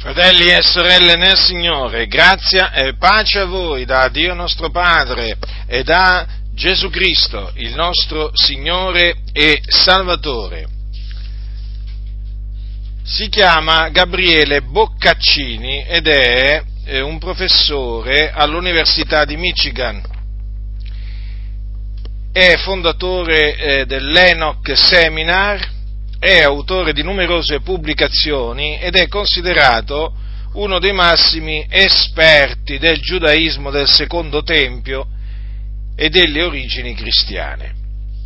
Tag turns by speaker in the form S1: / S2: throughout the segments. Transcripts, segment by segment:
S1: Fratelli e sorelle nel Signore, grazia e pace a voi da Dio nostro Padre e da Gesù Cristo, il nostro Signore e Salvatore. Si chiama Gabriele Boccaccini ed è un professore all'Università di Michigan. È fondatore dell'Enoch Seminar, è autore di numerose pubblicazioni ed è considerato uno dei massimi esperti del giudaismo del Secondo Tempio e delle origini cristiane.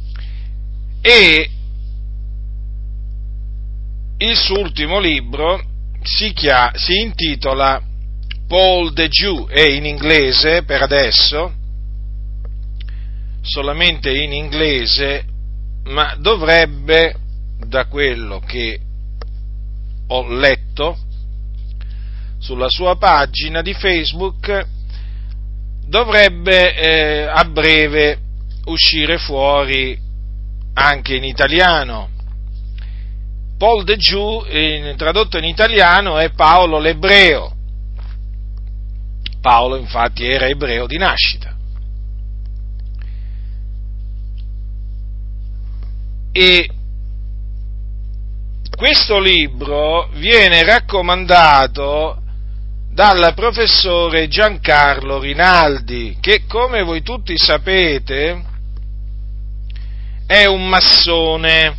S1: E il suo ultimo libro si intitola Paul the Jew, è in inglese per adesso, solamente in inglese, ma dovrebbe, da quello che ho letto sulla sua pagina di Facebook, dovrebbe a breve uscire fuori anche in italiano. Paul the Jew, tradotto in italiano, è Paolo l'ebreo. Paolo infatti era ebreo di nascita. E questo libro viene raccomandato dal professore Giancarlo Rinaldi, che, come voi tutti sapete, è un massone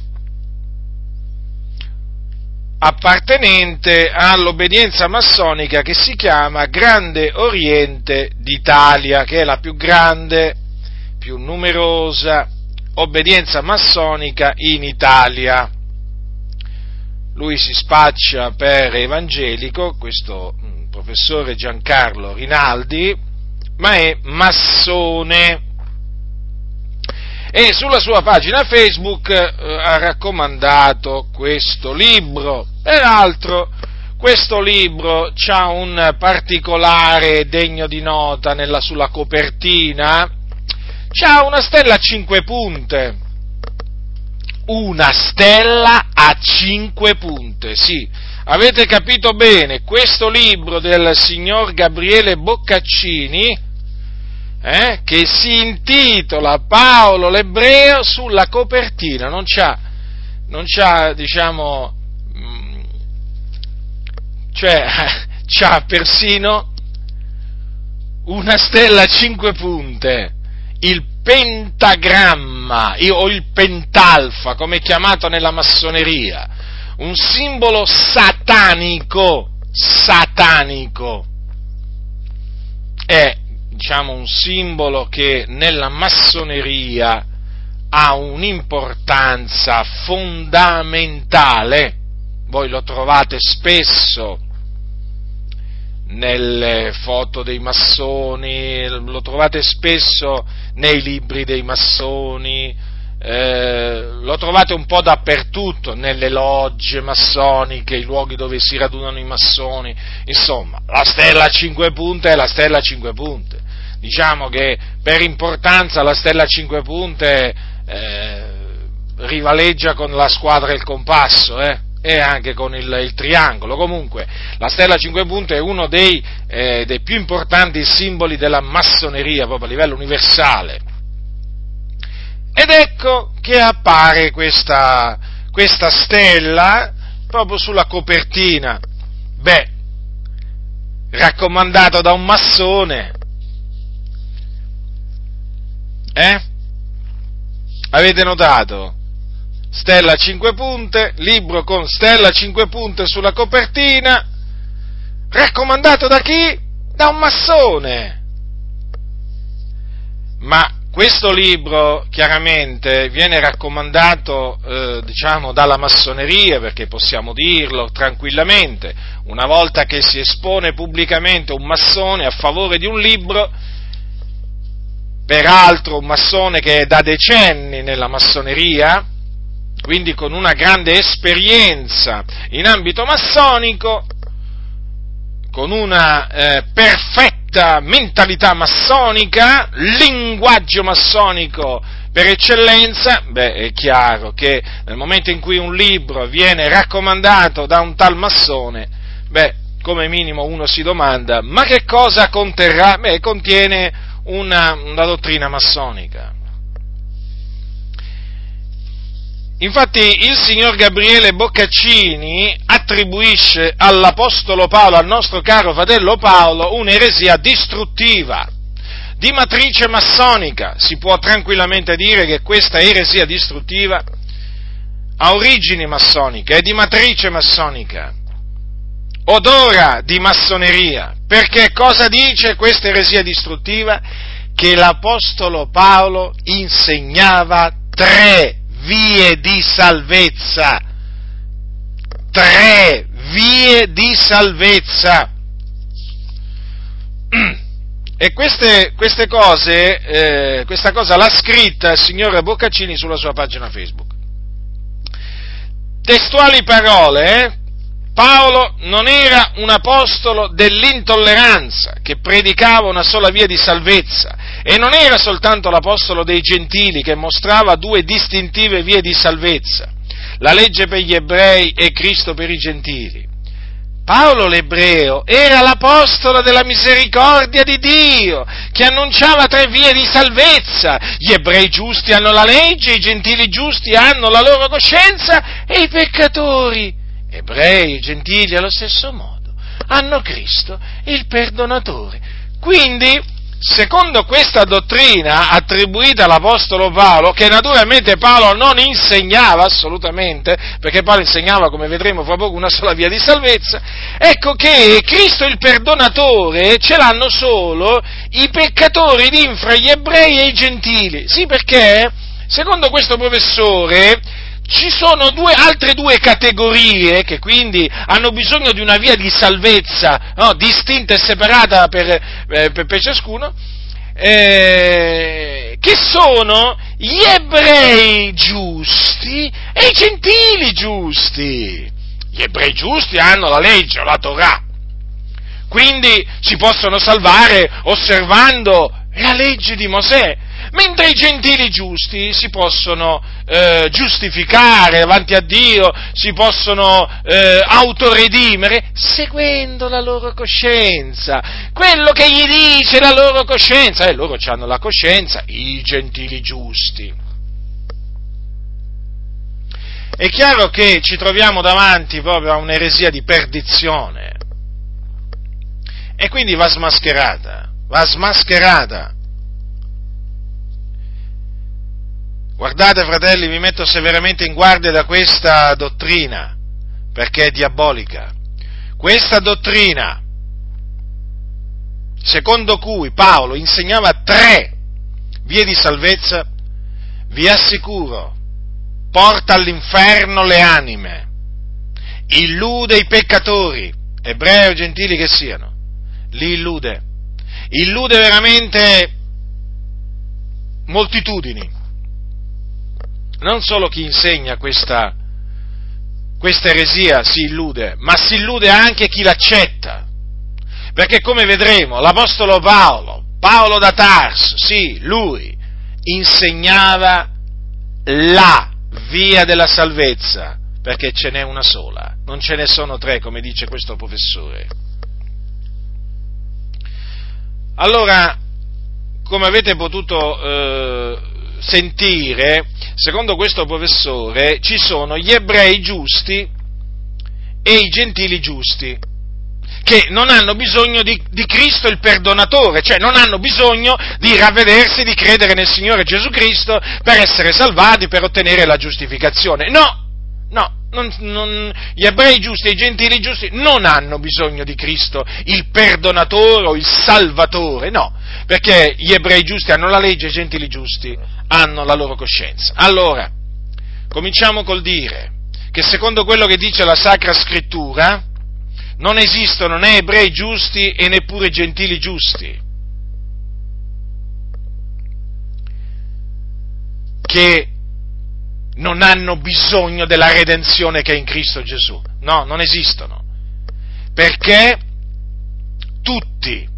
S1: appartenente all'obbedienza massonica che si chiama Grande Oriente d'Italia, che è la più grande, più numerosa obbedienza massonica in Italia. Lui si spaccia per evangelico, questo professore Giancarlo Rinaldi, ma è massone. E sulla sua pagina Facebook ha raccomandato questo libro. Peraltro, questo libro ha un particolare degno di nota sulla copertina. C'ha una stella a 5 punte. Una stella a 5 punte, sì, avete capito bene, questo libro del signor Gabriele Boccaccini, che si intitola Paolo l'ebreo, sulla copertina non c'ha, diciamo, cioè, c'ha persino una stella a 5 punte, il pentagramma o il pentalfa, come è chiamato nella massoneria, un simbolo satanico, è, diciamo, un simbolo che nella massoneria ha un'importanza fondamentale. Voi lo trovate spesso nelle foto dei massoni, lo trovate spesso nei libri dei massoni, lo trovate un po' dappertutto, nelle logge massoniche, i luoghi dove si radunano i massoni. Insomma, la stella a 5 punte è la stella a 5 punte. Diciamo che per importanza la stella a 5 punte rivaleggia con la squadra e il compasso, e anche con il triangolo. Comunque la stella a 5 punte è uno dei più importanti simboli della massoneria proprio a livello universale, ed ecco che appare questa stella proprio sulla copertina. Raccomandato da un massone, avete notato? Stella a 5 punte, libro con stella a 5 punte sulla copertina, raccomandato da chi? Da un massone. Ma questo libro chiaramente viene raccomandato, diciamo, dalla massoneria, perché possiamo dirlo tranquillamente, una volta che si espone pubblicamente un massone a favore di un libro, peraltro un massone che è da decenni nella massoneria, quindi con una grande esperienza in ambito massonico, con una perfetta mentalità massonica, linguaggio massonico per eccellenza, è chiaro che nel momento in cui un libro viene raccomandato da un tal massone, come minimo uno si domanda, ma che cosa conterrà? Beh, contiene una dottrina massonica. Infatti il signor Gabriele Boccaccini attribuisce all'Apostolo Paolo, al nostro caro fratello Paolo, un'eresia distruttiva, di matrice massonica. Si può tranquillamente dire che questa eresia distruttiva ha origini massoniche, è di matrice massonica, odora di massoneria. Perché cosa dice questa eresia distruttiva? Che l'Apostolo Paolo insegnava 3 vie di salvezza. 3 vie di salvezza. E queste cose, questa cosa l'ha scritta il signore Boccaccini sulla sua pagina Facebook. Testuali parole, Paolo non era un apostolo dell'intolleranza che predicava una sola via di salvezza, e non era soltanto l'apostolo dei gentili che mostrava 2 distintive vie di salvezza, la legge per gli ebrei e Cristo per i gentili. Paolo l'ebreo era l'apostolo della misericordia di Dio, che annunciava 3 vie di salvezza. Gli ebrei giusti hanno la legge, i gentili giusti hanno la loro coscienza, e i peccatori, ebrei e gentili allo stesso modo, hanno Cristo, il perdonatore. Quindi, secondo questa dottrina attribuita all'Apostolo Paolo, che naturalmente Paolo non insegnava assolutamente, perché Paolo insegnava, come vedremo fra poco, una sola via di salvezza, ecco che Cristo il perdonatore ce l'hanno solo i peccatori d'infra gli ebrei e i gentili. Sì, perché, secondo questo professore, ci sono altre 2 categorie che quindi hanno bisogno di una via di salvezza, no, distinta e separata per ciascuno, che sono gli ebrei giusti e i gentili giusti. Gli ebrei giusti hanno la legge, la Torah, quindi si possono salvare osservando la legge di Mosè, mentre i gentili giusti si possono giustificare davanti a Dio, si possono autoredimere seguendo la loro coscienza, quello che gli dice la loro coscienza, e loro hanno la coscienza, i gentili giusti. È chiaro che ci troviamo davanti proprio a un'eresia di perdizione, e quindi va smascherata. Guardate, fratelli, vi metto severamente in guardia da questa dottrina, perché è diabolica. Questa dottrina, secondo cui Paolo insegnava 3 vie di salvezza, vi assicuro, porta all'inferno le anime, illude i peccatori, ebrei o gentili che siano, li illude veramente moltitudini. Non solo chi insegna questa eresia si illude, ma si illude anche chi l'accetta, perché come vedremo l'Apostolo Paolo da Tarso, sì, lui insegnava la via della salvezza, perché ce n'è una sola, non ce ne sono 3, come dice questo professore. Allora, come avete potuto sentire, secondo questo professore ci sono gli ebrei giusti e i gentili giusti, che non hanno bisogno di Cristo il perdonatore, cioè non hanno bisogno di ravvedersi, di credere nel Signore Gesù Cristo per essere salvati, per ottenere la giustificazione. No, gli ebrei giusti e i gentili giusti non hanno bisogno di Cristo il perdonatore o il salvatore, no, perché gli ebrei giusti hanno la legge e i gentili giusti hanno la loro coscienza. Allora, cominciamo col dire che secondo quello che dice la Sacra Scrittura non esistono né ebrei giusti e neppure gentili giusti, che non hanno bisogno della redenzione che è in Cristo Gesù. No, non esistono, perché tutti,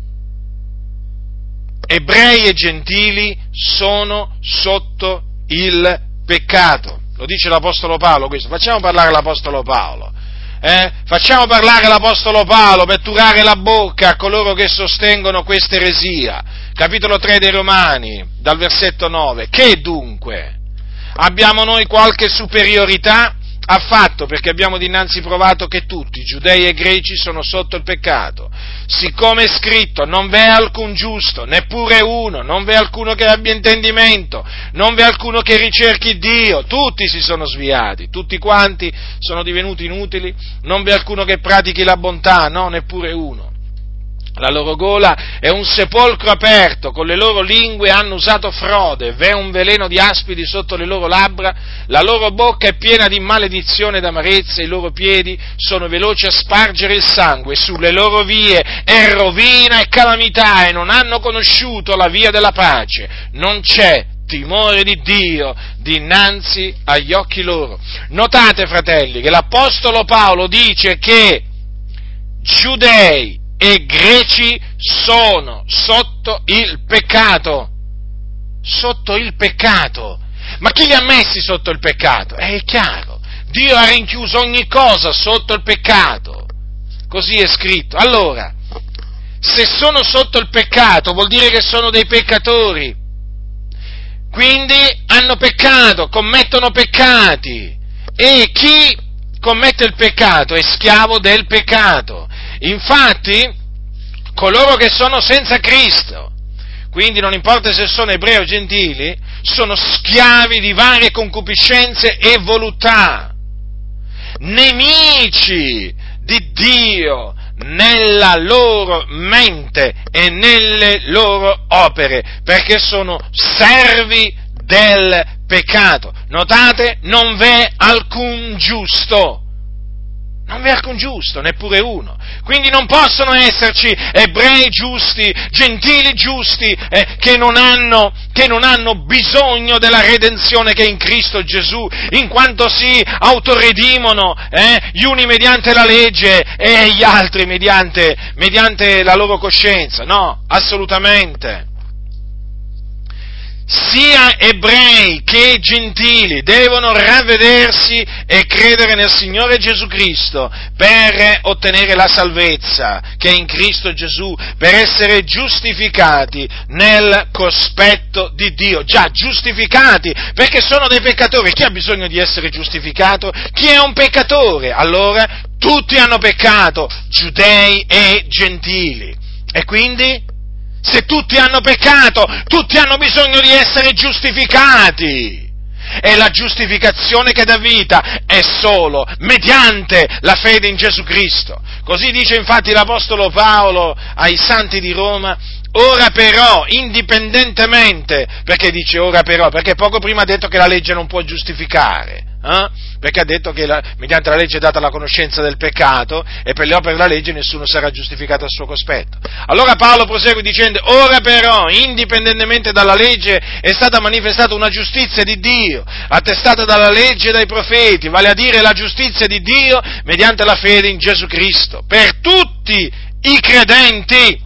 S1: ebrei e gentili, sono sotto il peccato. Lo dice l'Apostolo Paolo questo. Facciamo parlare l'Apostolo Paolo. Facciamo parlare l'Apostolo Paolo per turare la bocca a coloro che sostengono questa eresia. Capitolo 3 dei Romani, dal versetto 9. Che dunque? Abbiamo noi qualche superiorità? Affatto, perché abbiamo dinanzi provato che tutti, giudei e greci, sono sotto il peccato. Siccome è scritto, non v'è alcun giusto, neppure uno, non v'è alcuno che abbia intendimento, non v'è alcuno che ricerchi Dio, tutti si sono sviati, tutti quanti sono divenuti inutili, non v'è alcuno che pratichi la bontà, no, neppure uno. La loro gola è un sepolcro aperto, con le loro lingue hanno usato frode, v'è un veleno di aspidi sotto le loro labbra, la loro bocca è piena di maledizione ed amarezza, i loro piedi sono veloci a spargere il sangue, sulle loro vie è rovina e calamità e non hanno conosciuto la via della pace, non c'è timore di Dio dinanzi agli occhi loro. Notate, fratelli, che l'Apostolo Paolo dice che giudei e greci sono sotto il peccato. Sotto il peccato. Ma chi li ha messi sotto il peccato? È chiaro. Dio ha rinchiuso ogni cosa sotto il peccato. Così è scritto. Allora, se sono sotto il peccato, vuol dire che sono dei peccatori. Quindi hanno peccato, commettono peccati. E chi commette il peccato è schiavo del peccato. Infatti, coloro che sono senza Cristo, quindi non importa se sono ebrei o gentili, sono schiavi di varie concupiscenze e voluttà, nemici di Dio nella loro mente e nelle loro opere, perché sono servi del peccato. Notate, non v'è alcun giusto. Non v'è alcun giusto, neppure uno. Quindi non possono esserci ebrei giusti, gentili giusti, che non hanno bisogno della redenzione che è in Cristo Gesù, in quanto si autoredimono, gli uni mediante la legge e gli altri mediante la loro coscienza. No, assolutamente. Sia ebrei che gentili devono ravvedersi e credere nel Signore Gesù Cristo per ottenere la salvezza che è in Cristo Gesù, per essere giustificati nel cospetto di Dio. Già, giustificati, perché sono dei peccatori. Chi ha bisogno di essere giustificato? Chi è un peccatore? Allora, tutti hanno peccato, giudei e gentili. E quindi? Se tutti hanno peccato, tutti hanno bisogno di essere giustificati. E la giustificazione che dà vita è solo mediante la fede in Gesù Cristo. Così dice infatti l'Apostolo Paolo ai santi di Roma: ora però, indipendentemente, perché dice ora però? Perché poco prima ha detto che la legge non può giustificare. Perché ha detto che mediante la legge è data la conoscenza del peccato e per le opere della legge nessuno sarà giustificato al suo cospetto. Allora Paolo prosegue dicendo: ora però, indipendentemente dalla legge, è stata manifestata una giustizia di Dio, attestata dalla legge e dai profeti, vale a dire la giustizia di Dio mediante la fede in Gesù Cristo, per tutti i credenti.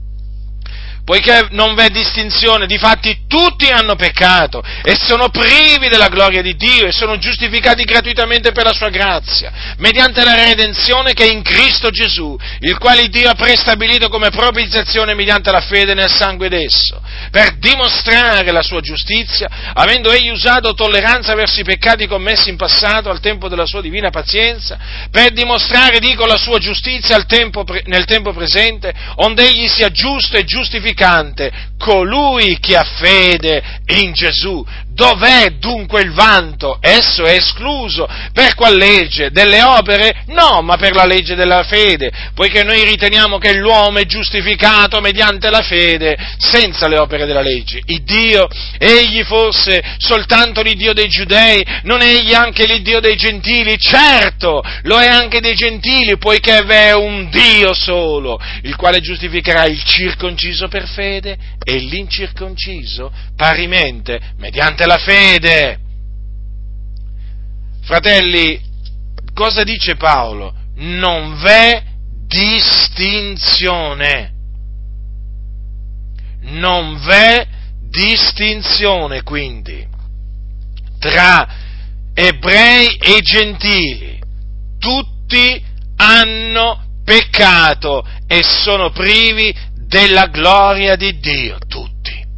S1: Poiché non v'è distinzione, difatti tutti hanno peccato e sono privi della gloria di Dio e sono giustificati gratuitamente per la sua grazia, mediante la redenzione che è in Cristo Gesù, il quale Dio ha prestabilito come propiziazione mediante la fede nel sangue d'esso, per dimostrare la sua giustizia, avendo egli usato tolleranza verso i peccati commessi in passato al tempo della sua divina pazienza, per dimostrare, dico, la sua giustizia nel tempo presente, onde egli sia giusto e giustificante colui che ha fede in Gesù. Dov'è dunque il vanto? Esso è escluso. Per qual legge? Delle opere? No, ma per la legge della fede, poiché noi riteniamo che l'uomo è giustificato mediante la fede, senza le opere della legge. Il Dio, egli fosse soltanto l'Iddio dei giudei, non egli anche l'Iddio dei gentili? Certo, lo è anche dei gentili, poiché v'è un Dio solo, il quale giustificherà il circonciso per fede e l'incirconciso parimente mediante la fede. Fratelli, cosa dice Paolo? Non v'è distinzione. Non v'è distinzione, quindi, tra ebrei e gentili. Tutti tutti hanno peccato e sono privi della gloria di Dio, tutti.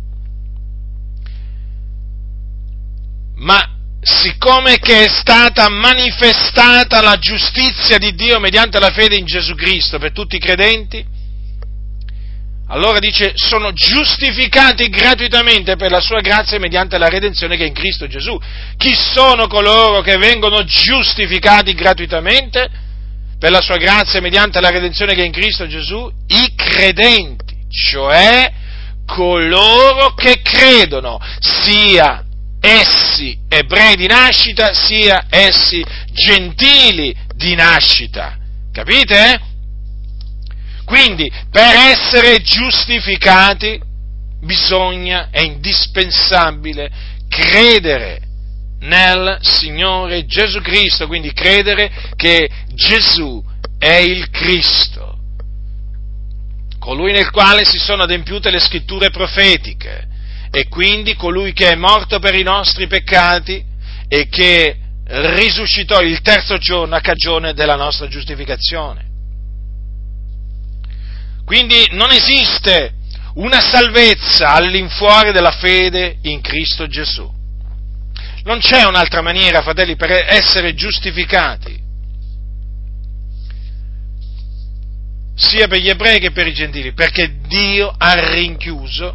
S1: Ma siccome che è stata manifestata la giustizia di Dio mediante la fede in Gesù Cristo per tutti i credenti, allora dice, sono giustificati gratuitamente per la sua grazia mediante la redenzione che è in Cristo Gesù. Chi sono coloro che vengono giustificati gratuitamente per la sua grazia mediante la redenzione che è in Cristo Gesù? I credenti, cioè coloro che credono, sia essi ebrei di nascita, sia essi gentili di nascita. Capite? Quindi, per essere giustificati, è indispensabile credere nel Signore Gesù Cristo, quindi credere che Gesù è il Cristo, colui nel quale si sono adempiute le scritture profetiche, e quindi colui che è morto per i nostri peccati e che risuscitò il terzo giorno a cagione della nostra giustificazione. Quindi non esiste una salvezza all'infuori della fede in Cristo Gesù. Non c'è un'altra maniera, fratelli, per essere giustificati, sia per gli ebrei che per i gentili, perché Dio ha rinchiuso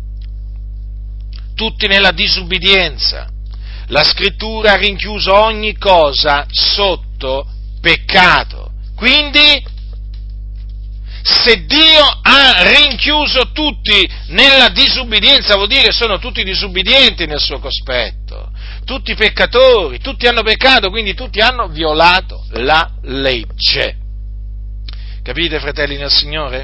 S1: tutti nella disubbidienza. La Scrittura ha rinchiuso ogni cosa sotto peccato. Quindi, se Dio ha rinchiuso tutti nella disubbidienza, vuol dire che sono tutti disubbidienti nel suo cospetto, tutti peccatori, tutti hanno peccato, quindi tutti hanno violato la legge. Capite, fratelli nel Signore?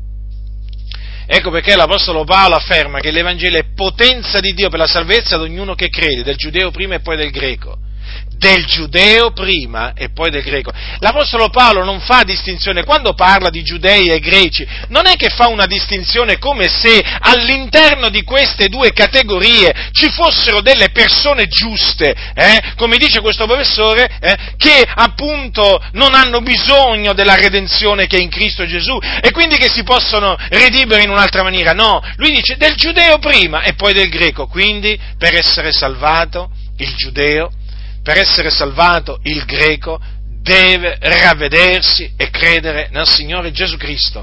S1: Ecco perché l'Apostolo Paolo afferma che l'Evangelo è potenza di Dio per la salvezza di ognuno che crede, del giudeo prima e poi del greco. Del giudeo prima e poi del greco. L'Apostolo Paolo non fa distinzione, quando parla di giudei e greci, non è che fa una distinzione come se all'interno di queste due categorie ci fossero delle persone giuste, come dice questo professore, che appunto non hanno bisogno della redenzione che è in Cristo Gesù e quindi che si possono redimere in un'altra maniera. No, lui dice del giudeo prima e poi del greco, quindi per essere salvato il giudeo, per essere salvato il greco deve ravvedersi e credere nel Signore Gesù Cristo,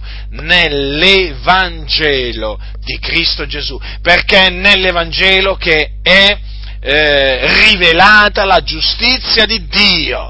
S1: nell'Evangelo di Cristo Gesù, perché è nell'Evangelo che è rivelata la giustizia di Dio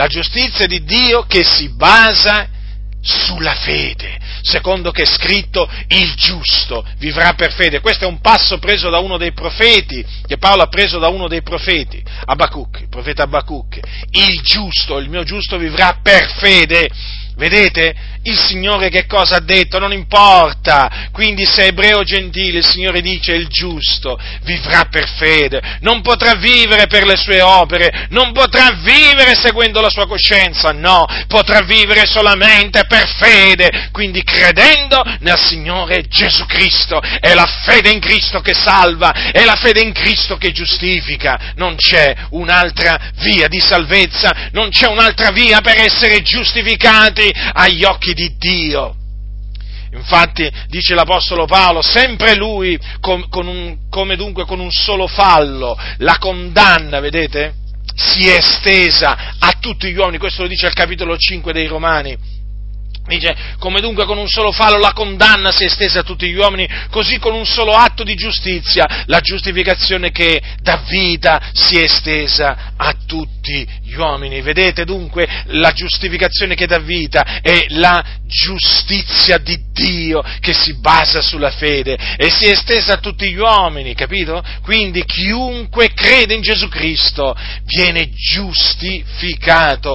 S1: che si basa sulla fede, secondo che è scritto il giusto vivrà per fede. Questo è un passo preso da uno dei profeti, che Paolo ha preso da uno dei profeti, il profeta Abacuc. Il mio giusto vivrà per fede. Vedete? Il Signore che cosa ha detto? Non importa, quindi se è ebreo o gentile, il Signore dice il giusto vivrà per fede, non potrà vivere per le sue opere, non potrà vivere seguendo la sua coscienza, no, potrà vivere solamente per fede, quindi credendo nel Signore Gesù Cristo. È la fede in Cristo che salva, è la fede in Cristo che giustifica, non c'è un'altra via di salvezza, non c'è un'altra via per essere giustificati agli occhi di Dio. Infatti, dice l'Apostolo Paolo, sempre lui, come dunque con un solo fallo, la condanna, vedete, si è estesa a tutti gli uomini, questo lo dice al capitolo 5 dei Romani. Dice, come dunque con un solo fallo la condanna si è estesa a tutti gli uomini, così con un solo atto di giustizia la giustificazione che dà vita si è estesa a tutti gli uomini. Vedete dunque, la giustificazione che dà vita è la giustizia di Dio che si basa sulla fede e si è estesa a tutti gli uomini, capito? Quindi chiunque crede in Gesù Cristo viene giustificato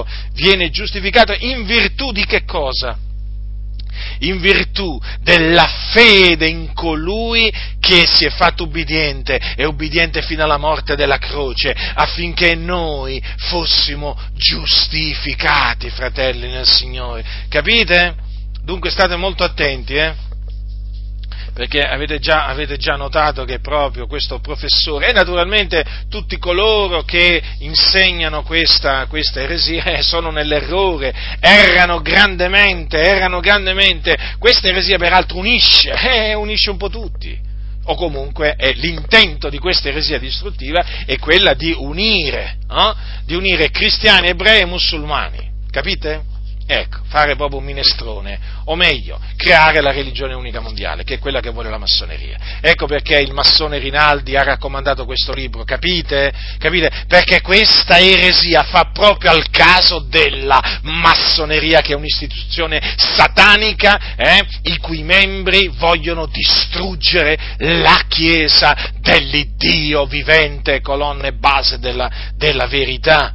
S1: in virtù di che cosa? In virtù della fede in colui che si è fatto ubbidiente e ubbidiente fino alla morte della croce, affinché noi fossimo giustificati, fratelli nel Signore. Capite? Dunque state molto attenti, perché avete già notato che proprio questo professore, e naturalmente tutti coloro che insegnano questa eresia sono nell'errore, errano grandemente, questa eresia peraltro unisce un po' tutti. O comunque l'intento di questa eresia distruttiva è quella di unire cristiani, ebrei e musulmani, capite? Ecco, fare proprio un minestrone, o meglio, creare la religione unica mondiale, che è quella che vuole la massoneria. Ecco perché il massone Rinaldi ha raccomandato questo libro, capite? Perché questa eresia fa proprio al caso della massoneria, che è un'istituzione satanica, i cui membri vogliono distruggere la Chiesa dell'Iddio vivente, colonna e base della verità.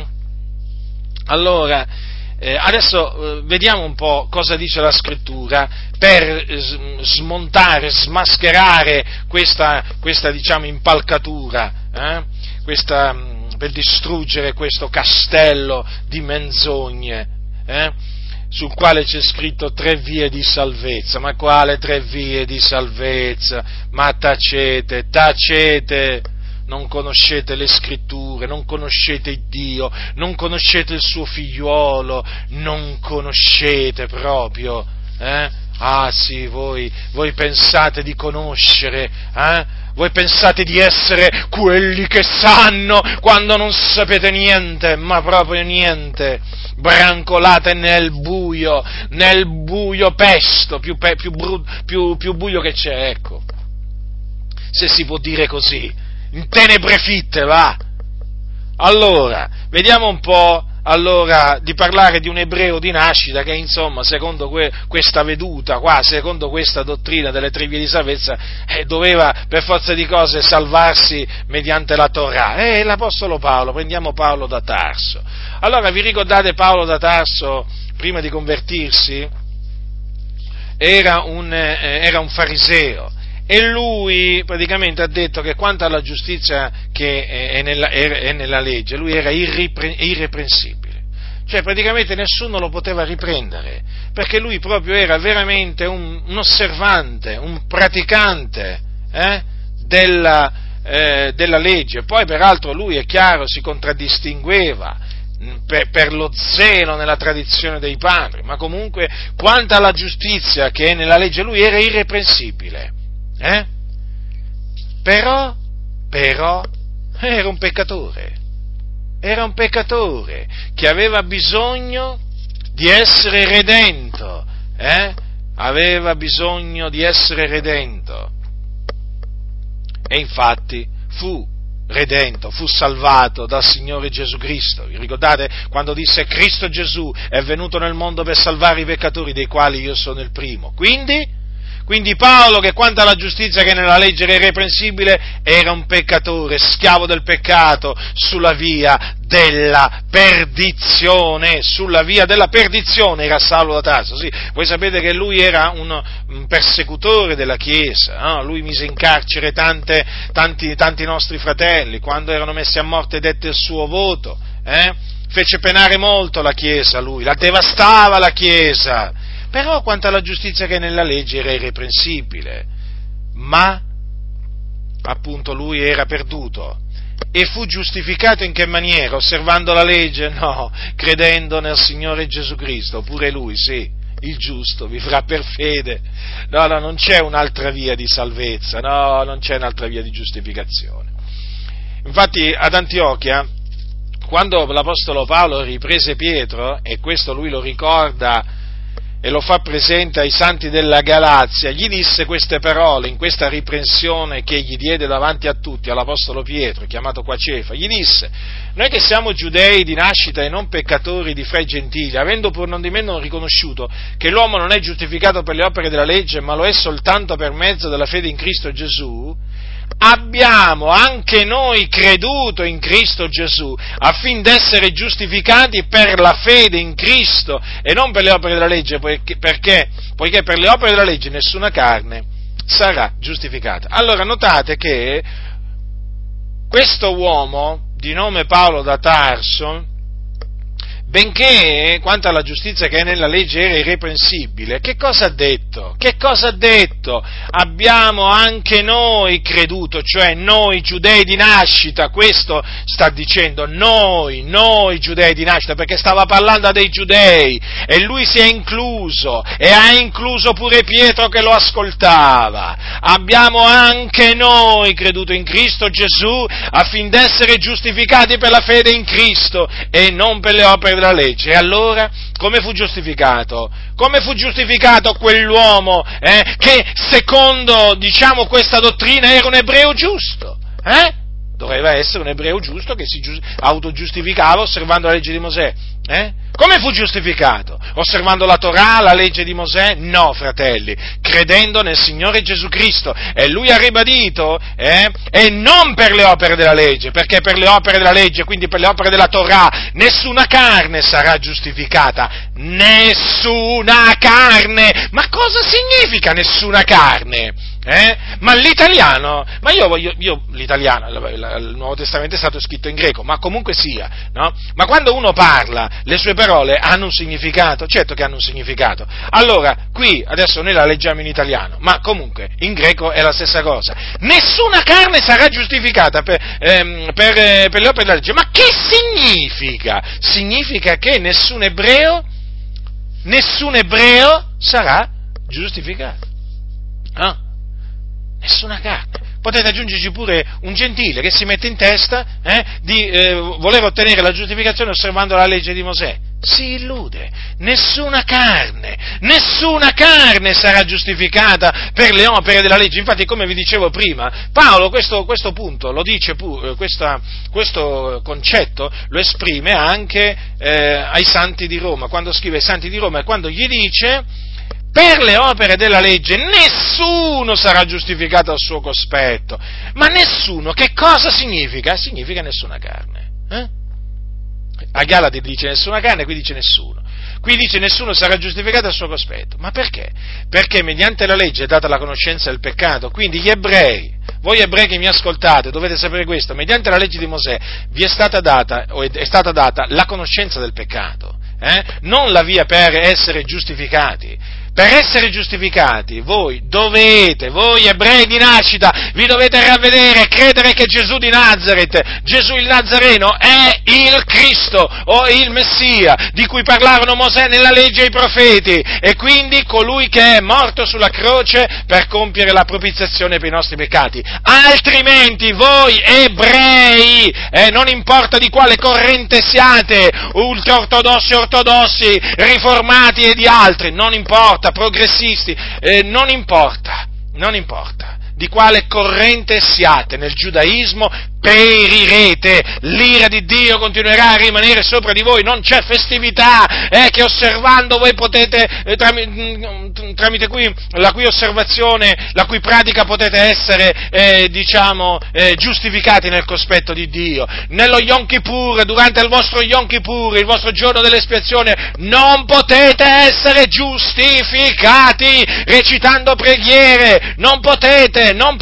S1: Allora, adesso vediamo un po' cosa dice la Scrittura per smontare, smascherare questa diciamo impalcatura, per distruggere questo castello di menzogne, sul quale c'è scritto 3 vie di salvezza. Ma quale 3 vie di salvezza? Ma tacete! Non conoscete le Scritture, non conoscete Dio, non conoscete il suo figliuolo, non conoscete proprio, Ah sì, voi pensate di conoscere, Voi pensate di essere quelli che sanno quando non sapete niente, ma proprio niente. Brancolate nel buio pesto, più buio che c'è, ecco. Se si può dire così. In tenebre fitte, va! Allora, vediamo un po', di parlare di un ebreo di nascita che, insomma, secondo questa veduta qua, secondo questa dottrina delle 3 vie di salvezza, doveva per forza di cose salvarsi mediante la Torah. L'Apostolo Paolo, prendiamo Paolo da Tarso. Allora, vi ricordate Paolo da Tarso, prima di convertirsi, era un fariseo. E lui praticamente ha detto che quanto alla giustizia che è nella legge, lui era irreprensibile. Cioè praticamente nessuno lo poteva riprendere, perché lui proprio era veramente un osservante, un praticante della legge. Poi peraltro lui, è chiaro, si contraddistingueva per lo zelo nella tradizione dei padri, ma comunque quanto alla giustizia che è nella legge lui era irreprensibile. Però era un peccatore che aveva bisogno di essere redento, aveva bisogno di essere redento, e infatti fu redento, fu salvato dal Signore Gesù Cristo. Vi ricordate quando disse: Cristo Gesù è venuto nel mondo per salvare i peccatori, dei quali io sono il primo? Quindi Paolo, che quanto alla giustizia che nella legge era irreprensibile, era un peccatore, schiavo del peccato, sulla via della perdizione, era Saulo da Tarso. Sì, voi sapete che lui era un persecutore della Chiesa, no? Lui mise in carcere tanti nostri fratelli, quando erano messi a morte dette il suo voto, fece penare molto la Chiesa, lui la devastava la Chiesa. Però quanto alla giustizia che è nella legge era irreprensibile, ma appunto lui era perduto e fu giustificato in che maniera? Osservando la legge? No, credendo nel Signore Gesù Cristo, pure lui, sì, il giusto vivrà per fede. No, non c'è un'altra via di salvezza, no, non c'è un'altra via di giustificazione. Infatti ad Antiochia, quando l'Apostolo Paolo riprese Pietro, e questo lui lo ricorda e lo fa presente ai santi della Galazia, gli disse queste parole in questa riprensione che gli diede davanti a tutti all'Apostolo Pietro, chiamato qua Cefa. Gli disse: noi che siamo giudei di nascita e non peccatori di fra i gentili, avendo pur non di meno riconosciuto che l'uomo non è giustificato per le opere della legge, ma lo è soltanto per mezzo della fede in Cristo Gesù, abbiamo anche noi creduto in Cristo Gesù, affin d'essere giustificati per la fede in Cristo e non per le opere della legge, poiché per le opere della legge nessuna carne sarà giustificata. Allora notate che questo uomo di nome Paolo da Tarso benché quanto alla giustizia che è nella legge era irreprensibile, che cosa ha detto? Che cosa ha detto? Abbiamo anche noi creduto, cioè noi giudei di nascita, questo sta dicendo, noi giudei di nascita, perché stava parlando a dei giudei, e lui si è incluso, e ha incluso pure Pietro che lo ascoltava. Abbiamo anche noi creduto in Cristo Gesù affin d'essere giustificati per la fede in Cristo e non per le opere della legge. E allora, come fu giustificato? Come fu giustificato quell'uomo che secondo, questa dottrina era un ebreo giusto? Doveva essere un ebreo giusto che si autogiustificava osservando la legge di Mosè. Come fu giustificato? Osservando la Torah, la legge di Mosè? No, fratelli, credendo nel Signore Gesù Cristo. E lui ha ribadito, e non per le opere della legge, perché per le opere della legge, quindi per le opere della Torah, nessuna carne sarà giustificata. Nessuna carne! Ma cosa significa nessuna carne? Ma l'italiano, l'italiano, il Nuovo Testamento è stato scritto in greco, ma comunque sia, no? Ma quando uno parla, le sue parole hanno un significato? Certo che hanno un significato. Allora, qui, adesso noi la leggiamo in italiano, ma comunque, in greco è la stessa cosa. Nessuna carne sarà giustificata per le opere della legge. Ma che significa? Significa che nessun ebreo sarà giustificato. Ah. Nessuna carne. Potete aggiungerci pure un gentile che si mette in testa di voler ottenere la giustificazione osservando la legge di Mosè. Si illude. Nessuna carne sarà giustificata per le opere della legge. Infatti, come vi dicevo prima, Paolo questo punto lo dice pure, questo concetto lo esprime anche ai santi di Roma, quando scrive ai santi di Roma e quando gli dice: per le opere della legge nessuno sarà giustificato al suo cospetto. Ma nessuno, che cosa significa? Significa nessuna carne. A Galati dice nessuna carne, qui dice nessuno. Qui dice nessuno sarà giustificato al suo cospetto. Ma perché? Perché mediante la legge è data la conoscenza del peccato. Quindi gli ebrei, voi ebrei che mi ascoltate, dovete sapere questo: mediante la legge di Mosè vi è stata data la conoscenza del peccato, non la via per essere giustificati. Per essere giustificati, voi ebrei di nascita, vi dovete ravvedere e credere che Gesù di Nazaret, Gesù il Nazareno, è il Cristo o il Messia, di cui parlarono Mosè nella legge e i profeti, e quindi colui che è morto sulla croce per compiere la propiziazione per i nostri peccati. Altrimenti voi ebrei, non importa di quale corrente siate, ortodossi, riformati e di altri, non importa, progressisti, non importa di quale corrente siate nel giudaismo, perirete, l'ira di Dio continuerà a rimanere sopra di voi, non c'è festività che osservando voi potete, tramite la cui osservazione, la cui pratica potete essere, giustificati nel cospetto di Dio. Nello Yom Kippur, durante il vostro Yom Kippur, il vostro giorno dell'espiazione, non potete essere giustificati recitando preghiere, non potete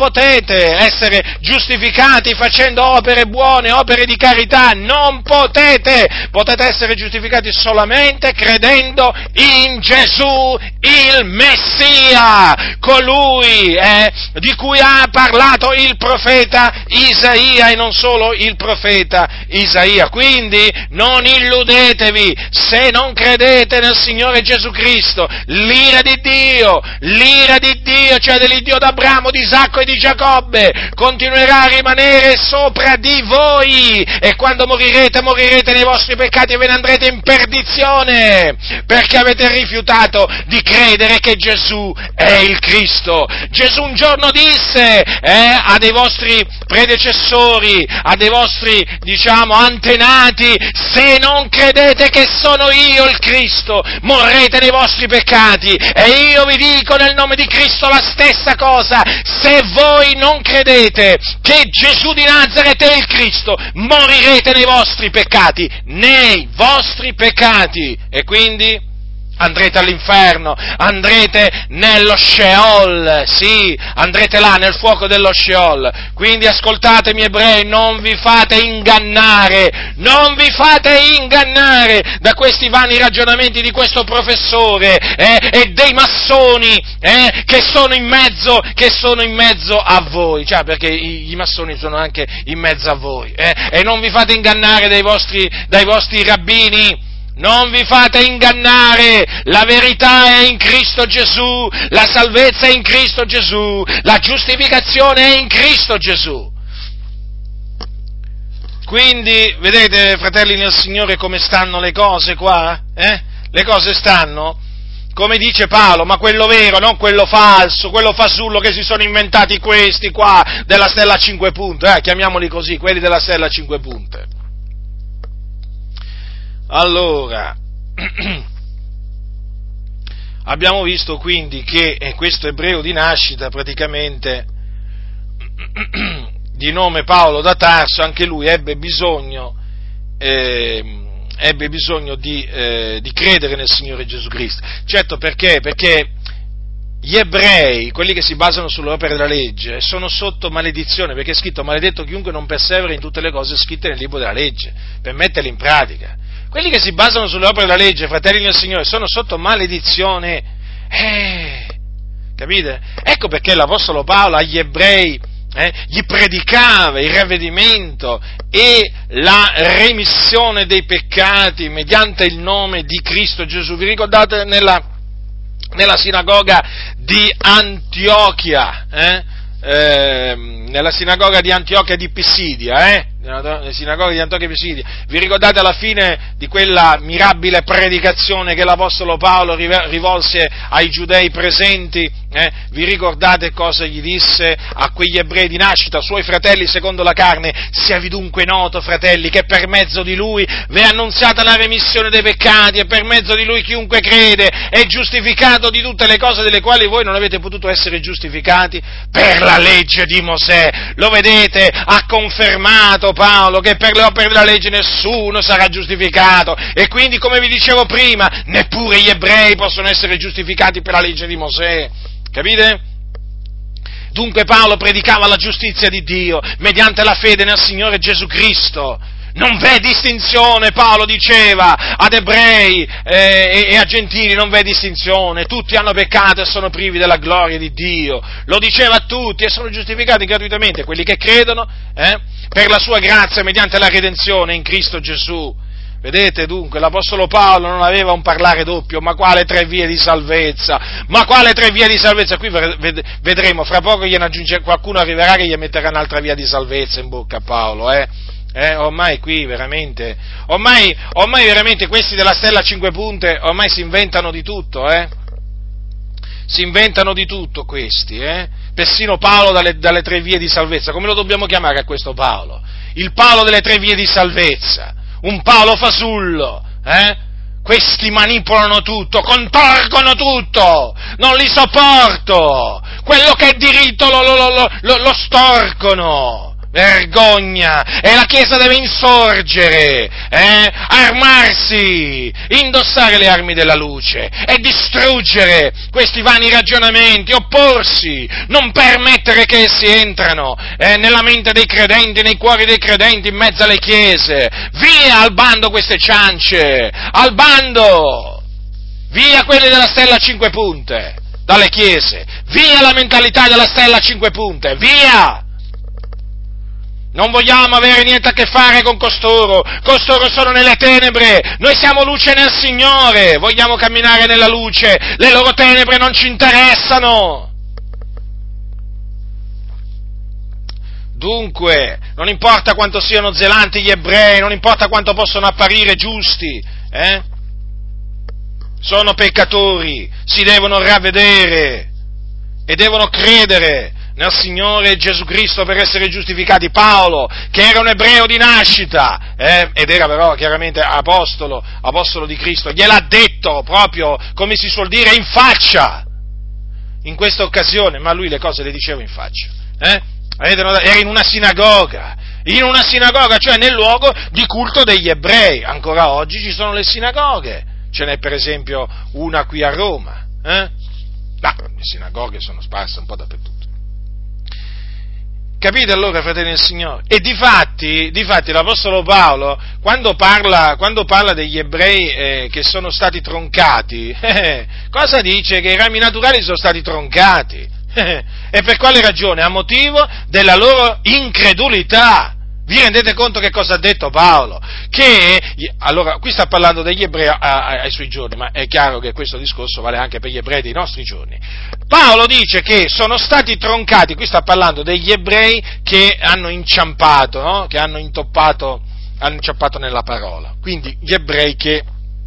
S1: essere giustificati facendo opere buone, opere di carità, non potete essere giustificati solamente credendo in Gesù il Messia, colui di cui ha parlato il profeta Isaia, e non solo il profeta Isaia. Quindi non illudetevi, se non credete nel Signore Gesù Cristo, l'ira di Dio, cioè dell'Iddio d'Abramo, di Isacco e di Giacobbe, continuerà a rimanere sopra di voi, e quando morirete nei vostri peccati e ve ne andrete in perdizione, perché avete rifiutato di credere che Gesù è il Cristo. Gesù un giorno disse a dei vostri predecessori, a dei vostri, antenati: se non credete che sono io il Cristo, morrete nei vostri peccati. E io vi dico nel nome di Cristo la stessa cosa: se voi non credete che Gesù di Nazaret è il Cristo, morirete nei vostri peccati, E quindi andrete all'inferno, andrete nello Sheol, sì, andrete là nel fuoco dello Sheol. Quindi ascoltatemi ebrei, non vi fate ingannare da questi vani ragionamenti di questo professore e dei massoni che sono in mezzo a voi, cioè perché i massoni sono anche in mezzo a voi, e non vi fate ingannare dai vostri rabbini. Non vi fate ingannare, la verità è in Cristo Gesù, la salvezza è in Cristo Gesù, la giustificazione è in Cristo Gesù. Quindi, vedete, fratelli nel Signore, come stanno le cose qua? Le cose stanno, come dice Paolo, ma quello vero, non quello falso, quello fasullo che si sono inventati questi qua, della stella a 5 punte, chiamiamoli così, quelli della stella a 5 punte. Allora, abbiamo visto quindi che questo ebreo di nascita, praticamente, di nome Paolo da Tarso, anche lui ebbe bisogno di credere nel Signore Gesù Cristo. Certo, perché? Perché gli ebrei, quelli che si basano sulle opere della legge, sono sotto maledizione, perché è scritto: maledetto chiunque non persevera in tutte le cose scritte nel libro della legge, per metterle in pratica. Quelli che si basano sulle opere della legge, fratelli del Signore, sono sotto maledizione. Capite? Ecco perché l'Apostolo Paolo agli ebrei gli predicava il ravvedimento e la remissione dei peccati mediante il nome di Cristo Gesù. Vi ricordate nella sinagoga di Antiochia, nella sinagoga di Antiochia di Pisidia, nella sinagoga di Antiochia di Pisidia, vi ricordate alla fine di quella mirabile predicazione che l'Apostolo Paolo rivolse ai giudei presenti? Vi ricordate cosa gli disse a quegli ebrei di nascita, suoi fratelli secondo la carne? Siavi dunque noto, fratelli, che per mezzo di lui vi è annunziata la remissione dei peccati, e per mezzo di lui chiunque crede è giustificato di tutte le cose delle quali voi non avete potuto essere giustificati per la legge di Mosè. Lo vedete? Ha confermato Paolo che per le opere della legge nessuno sarà giustificato, e quindi, come vi dicevo prima, neppure gli ebrei possono essere giustificati per la legge di Mosè. Capite? Dunque Paolo predicava la giustizia di Dio mediante la fede nel Signore Gesù Cristo. Non v'è distinzione, Paolo diceva ad ebrei e a gentili, non v'è distinzione, tutti hanno peccato e sono privi della gloria di Dio. Lo diceva a tutti, e sono giustificati gratuitamente quelli che credono per la sua grazia mediante la redenzione in Cristo Gesù. Vedete dunque, l'Apostolo Paolo non aveva un parlare doppio: ma quale 3 vie di salvezza? Ma quale 3 vie di salvezza? Qui vedremo, fra poco qualcuno arriverà che gli metterà un'altra via di salvezza in bocca a Paolo, ormai qui veramente, ormai veramente questi della stella a 5 punte, ormai si inventano di tutto, Si inventano di tutto questi, Persino Paolo dalle 3 vie di salvezza. Come lo dobbiamo chiamare a questo Paolo? Il Paolo delle 3 vie di salvezza. Un Paolo fasullo, Questi manipolano tutto, contorcono tutto, non li sopporto, quello che è diritto lo storcono. Vergogna! E la Chiesa deve insorgere, armarsi, indossare le armi della luce e distruggere questi vani ragionamenti, opporsi, non permettere che essi entrano nella mente dei credenti, nei cuori dei credenti, in mezzo alle chiese. Via al bando queste ciance, al bando! Via quelli della stella a 5 punte dalle chiese, via la mentalità della stella a 5 punte, via! Non vogliamo avere niente a che fare con costoro sono nelle tenebre, noi siamo luce nel Signore, vogliamo camminare nella luce, le loro tenebre non ci interessano. Dunque, non importa quanto siano zelanti gli ebrei, non importa quanto possono apparire giusti, sono peccatori, si devono ravvedere e devono credere nel Signore Gesù Cristo per essere giustificati. Paolo, che era un ebreo di nascita, ed era però chiaramente apostolo di Cristo, gliel'ha detto proprio, come si suol dire, in faccia, in questa occasione, ma lui le cose le diceva in faccia, era in una sinagoga, cioè nel luogo di culto degli ebrei. Ancora oggi ci sono le sinagoghe, ce n'è per esempio una qui a Roma, le sinagoghe sono sparse un po' dappertutto. Capite allora, fratelli del Signore? E difatti l'Apostolo Paolo, quando parla degli ebrei che sono stati troncati, cosa dice? Che i rami naturali sono stati troncati. E per quale ragione? A motivo della loro incredulità. Vi rendete conto che cosa ha detto Paolo? Allora, qui sta parlando degli ebrei ai suoi giorni, ma è chiaro che questo discorso vale anche per gli ebrei dei nostri giorni. Paolo dice che sono stati troncati, qui sta parlando degli ebrei che hanno inciampato, no? Che hanno inciampato nella parola. Quindi gli ebrei che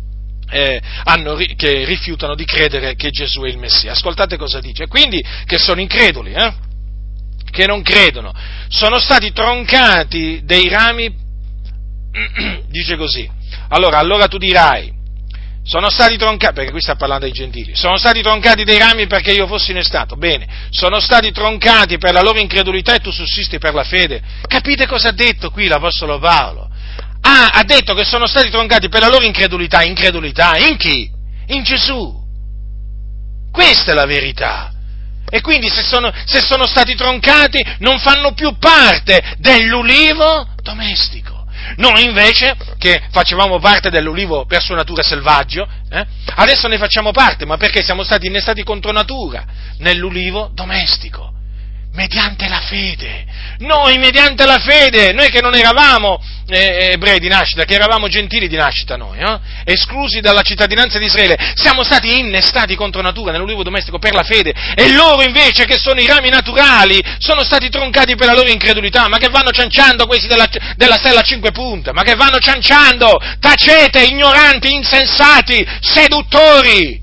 S1: rifiutano di credere che Gesù è il Messia. Ascoltate cosa dice. Quindi che sono increduli, che non credono, sono stati troncati dei rami, dice così, allora tu dirai, sono stati troncati, perché qui sta parlando dei gentili, sono stati troncati dei rami perché io fossi innestato, bene, sono stati troncati per la loro incredulità e tu sussisti per la fede. Capite cosa ha detto qui l'Apostolo Paolo? Ha detto che sono stati troncati per la loro incredulità in chi? In Gesù. Questa è la verità. E quindi se sono stati troncati non fanno più parte dell'ulivo domestico. Noi invece, che facevamo parte dell'ulivo per sua natura selvaggio, adesso ne facciamo parte, ma perché siamo stati innestati contro natura nell'ulivo domestico, mediante la fede. Noi mediante la fede, noi che non eravamo ebrei di nascita, che eravamo gentili di nascita noi, esclusi dalla cittadinanza di Israele, siamo stati innestati contro natura nell'ulivo domestico per la fede, e loro invece, che sono i rami naturali, sono stati troncati per la loro incredulità. Ma che vanno cianciando questi della stella a 5 punte? Ma che vanno cianciando? Tacete, ignoranti, insensati, seduttori!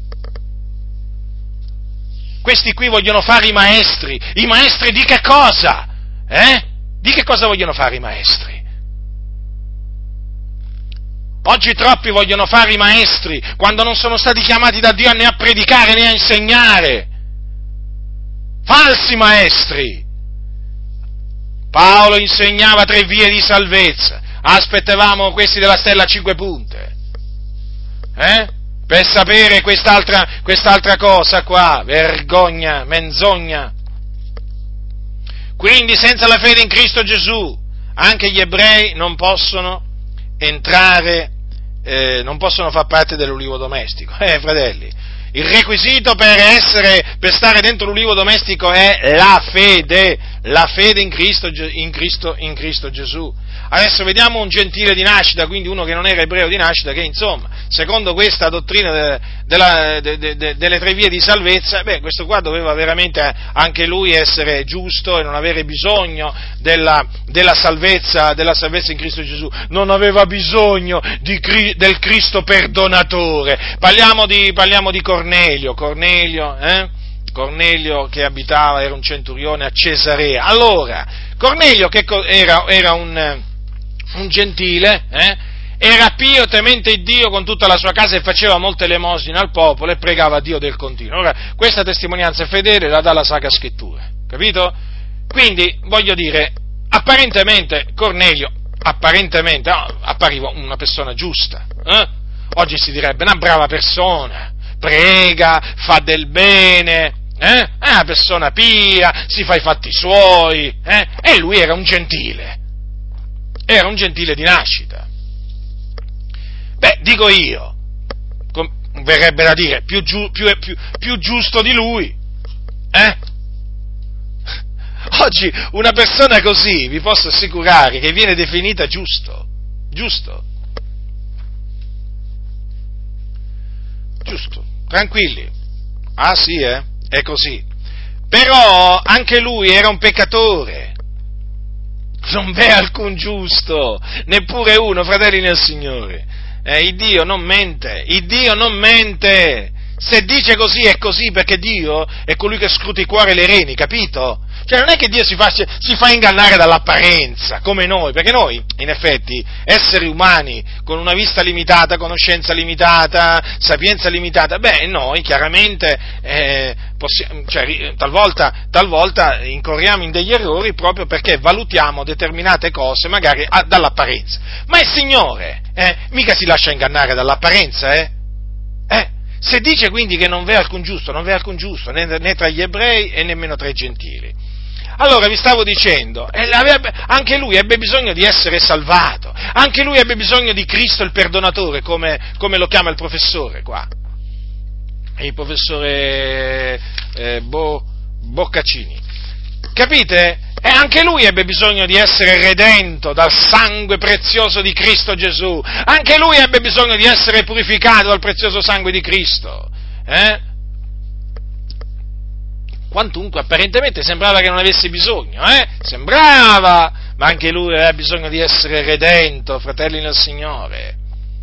S1: Questi qui vogliono fare i maestri di che cosa? Di che cosa vogliono fare i maestri? Oggi troppi vogliono fare i maestri quando non sono stati chiamati da Dio né a predicare né a insegnare. Falsi maestri. Paolo insegnava 3 vie di salvezza, aspettavamo questi della stella a 5 punte. Per sapere quest'altra cosa qua, vergogna, menzogna. Quindi senza la fede in Cristo Gesù anche gli ebrei non possono entrare, non possono far parte dell'ulivo domestico. Fratelli, il requisito per stare dentro l'ulivo domestico è la fede in Cristo Gesù. Adesso vediamo un gentile di nascita, quindi uno che non era ebreo di nascita, che insomma, secondo questa dottrina delle 3 vie di salvezza, questo qua doveva veramente anche lui essere giusto e non avere bisogno della salvezza in Cristo Gesù, non aveva bisogno del Cristo perdonatore. Parliamo di Cornelio che era un centurione a Cesarea. Allora, Cornelio che era un gentile, era pio, temente Dio con tutta la sua casa e faceva molte elemosine al popolo e pregava a Dio del continuo. Ora, questa testimonianza fedele la dà la Sacra Scrittura, capito? Quindi, voglio dire, apparentemente Cornelio, appariva una persona giusta, oggi si direbbe una brava persona, prega, fa del bene, è una persona pia, si fa i fatti suoi, e lui era un gentile di nascita. Dico io, verrebbe da dire, più giusto di lui, Oggi una persona così, vi posso assicurare, che viene definita giusto, tranquilli, sì, è così, però anche lui era un peccatore. Non v'è alcun giusto, neppure uno, fratelli nel Signore. Il Dio non mente. Se dice così è così perché Dio è colui che scruta i cuori e le reni, capito? Cioè non è che Dio si fa ingannare dall'apparenza, come noi, perché noi, in effetti, esseri umani, con una vista limitata, conoscenza limitata, sapienza limitata, noi chiaramente talvolta incorriamo in degli errori proprio perché valutiamo determinate cose magari dall'apparenza. Ma il Signore mica si lascia ingannare dall'apparenza, Se dice quindi che non v'è alcun giusto, non v'è alcun giusto, né tra gli ebrei e nemmeno tra i gentili. Allora vi stavo dicendo, anche lui ebbe bisogno di essere salvato, anche lui ebbe bisogno di Cristo il perdonatore, come lo chiama il professore qua, il professore Boccaccini. Capite? E anche lui ebbe bisogno di essere redento dal sangue prezioso di Cristo Gesù, anche lui ebbe bisogno di essere purificato dal prezioso sangue di Cristo. Quantunque apparentemente sembrava che non avesse bisogno, sembrava, ma anche lui aveva bisogno di essere redento, fratelli nel Signore.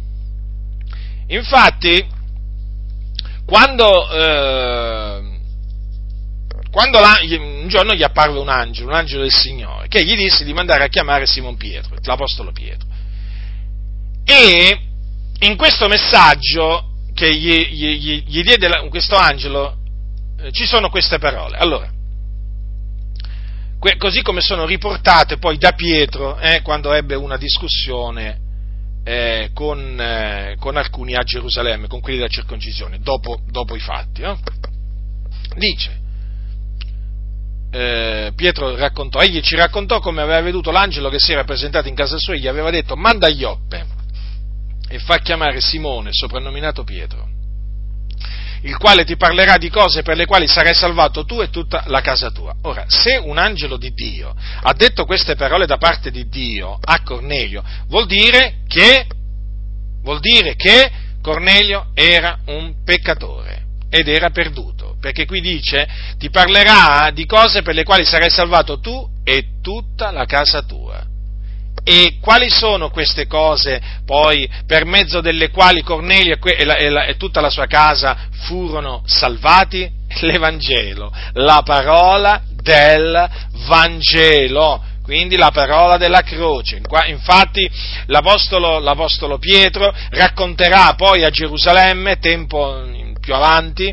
S1: Infatti, quando un giorno gli apparve un angelo del Signore, che gli disse di mandare a chiamare Simon Pietro, l'apostolo Pietro. E in questo messaggio che gli diede questo angelo, ci sono queste parole. Allora, così come sono riportate poi da Pietro, quando ebbe una discussione con alcuni a Gerusalemme, con quelli della circoncisione, dopo i fatti. Dice, Pietro egli ci raccontò come aveva veduto l'angelo che si era presentato in casa sua e gli aveva detto: manda a Ioppe e fa chiamare Simone, soprannominato Pietro, il quale ti parlerà di cose per le quali sarai salvato tu e tutta la casa tua. Ora, se un angelo di Dio ha detto queste parole da parte di Dio a Cornelio, vuol dire che Cornelio era un peccatore ed era perduto, perché qui dice: ti parlerà di cose per le quali sarai salvato tu e tutta la casa tua. E quali sono queste cose poi per mezzo delle quali Cornelio e tutta la sua casa furono salvati? L'Evangelo, la parola del Vangelo, quindi la parola della croce. Infatti l'apostolo Pietro racconterà poi a Gerusalemme, tempo più avanti,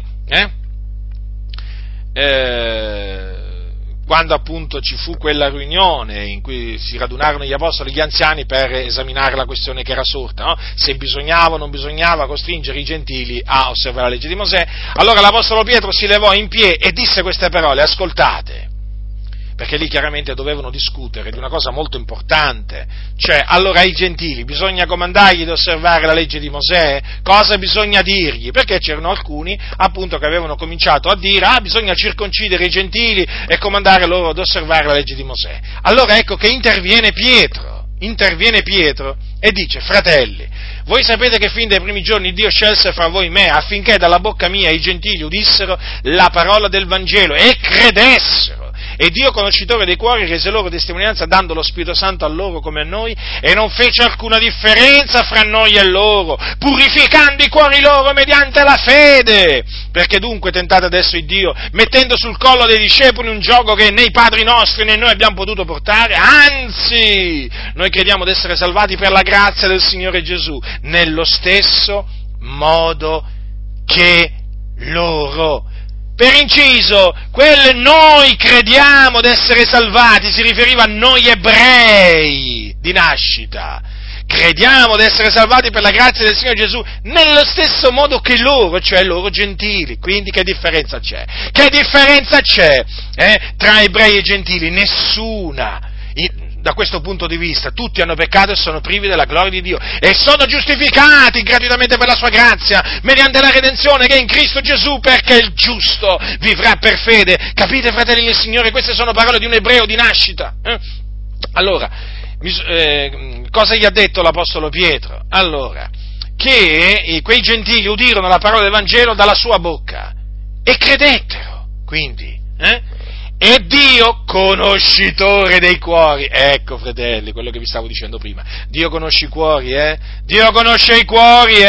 S1: quando appunto ci fu quella riunione in cui si radunarono gli apostoli e gli anziani per esaminare la questione che era sorta, no? Se bisognava o non bisognava costringere i gentili a osservare la legge di Mosè. Allora l'apostolo Pietro si levò in piedi e disse queste parole: ascoltate, perché lì chiaramente dovevano discutere di una cosa molto importante, cioè, allora ai gentili bisogna comandargli di osservare la legge di Mosè? Cosa bisogna dirgli? Perché c'erano alcuni, appunto, che avevano cominciato a dire: bisogna circoncidere i gentili e comandare loro ad osservare la legge di Mosè. Allora ecco che interviene Pietro e dice: fratelli, voi sapete che fin dai primi giorni Dio scelse fra voi me affinché dalla bocca mia i gentili udissero la parola del Vangelo e credessero. E Dio, conoscitore dei cuori, rese loro testimonianza dando lo Spirito Santo a loro come a noi, e non fece alcuna differenza fra noi e loro, purificando i cuori loro mediante la fede. Perché dunque tentate adesso il Dio, mettendo sul collo dei discepoli un giogo che né i padri nostri né noi abbiamo potuto portare? Anzi, noi crediamo di essere salvati per la grazia del Signore Gesù, nello stesso modo che loro. Per inciso, quel noi crediamo d'essere salvati si riferiva a noi ebrei di nascita. Crediamo d'essere salvati per la grazia del Signore Gesù nello stesso modo che loro, cioè loro gentili. Quindi che differenza c'è? Che differenza c'è tra ebrei e gentili? Nessuna. Da questo punto di vista tutti hanno peccato e sono privi della gloria di Dio e sono giustificati gratuitamente per la sua grazia mediante la redenzione che è in Cristo Gesù, perché il giusto vivrà per fede. Capite, fratelli del Signore? Queste sono parole di un ebreo di nascita. Allora, cosa gli ha detto l'apostolo Pietro? Allora, che quei gentili udirono la parola del Vangelo dalla sua bocca e credettero, quindi, E Dio, conoscitore dei cuori, ecco, fratelli, quello che vi stavo dicendo prima, Dio conosce i cuori, Dio conosce i cuori,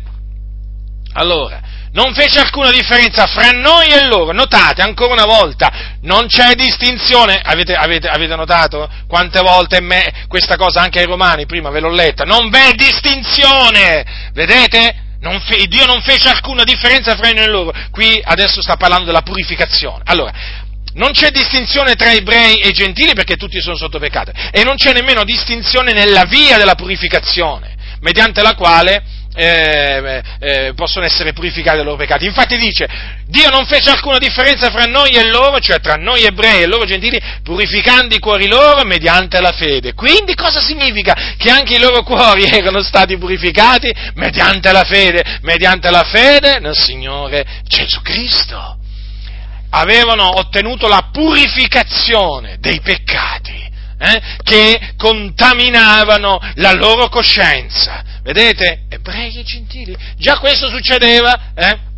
S1: Allora, non fece alcuna differenza fra noi e loro. Notate, ancora una volta, non c'è distinzione. Avete notato quante volte questa cosa anche ai Romani, prima ve l'ho letta, non v'è distinzione, vedete? Dio non fece alcuna differenza fra noi e loro. Qui adesso sta parlando della purificazione. Allora, non c'è distinzione tra ebrei e gentili perché tutti sono sotto peccato, e non c'è nemmeno distinzione nella via della purificazione, mediante la quale possono essere purificati dai loro peccati. Infatti dice, Dio non fece alcuna differenza fra noi e loro, cioè tra noi ebrei e loro gentili, purificando i cuori loro mediante la fede. Quindi cosa significa? Che anche i loro cuori erano stati purificati mediante la fede nel Signore Gesù Cristo. Avevano ottenuto la purificazione dei peccati che contaminavano la loro coscienza. Vedete? Ebrei e gentili. Già questo succedeva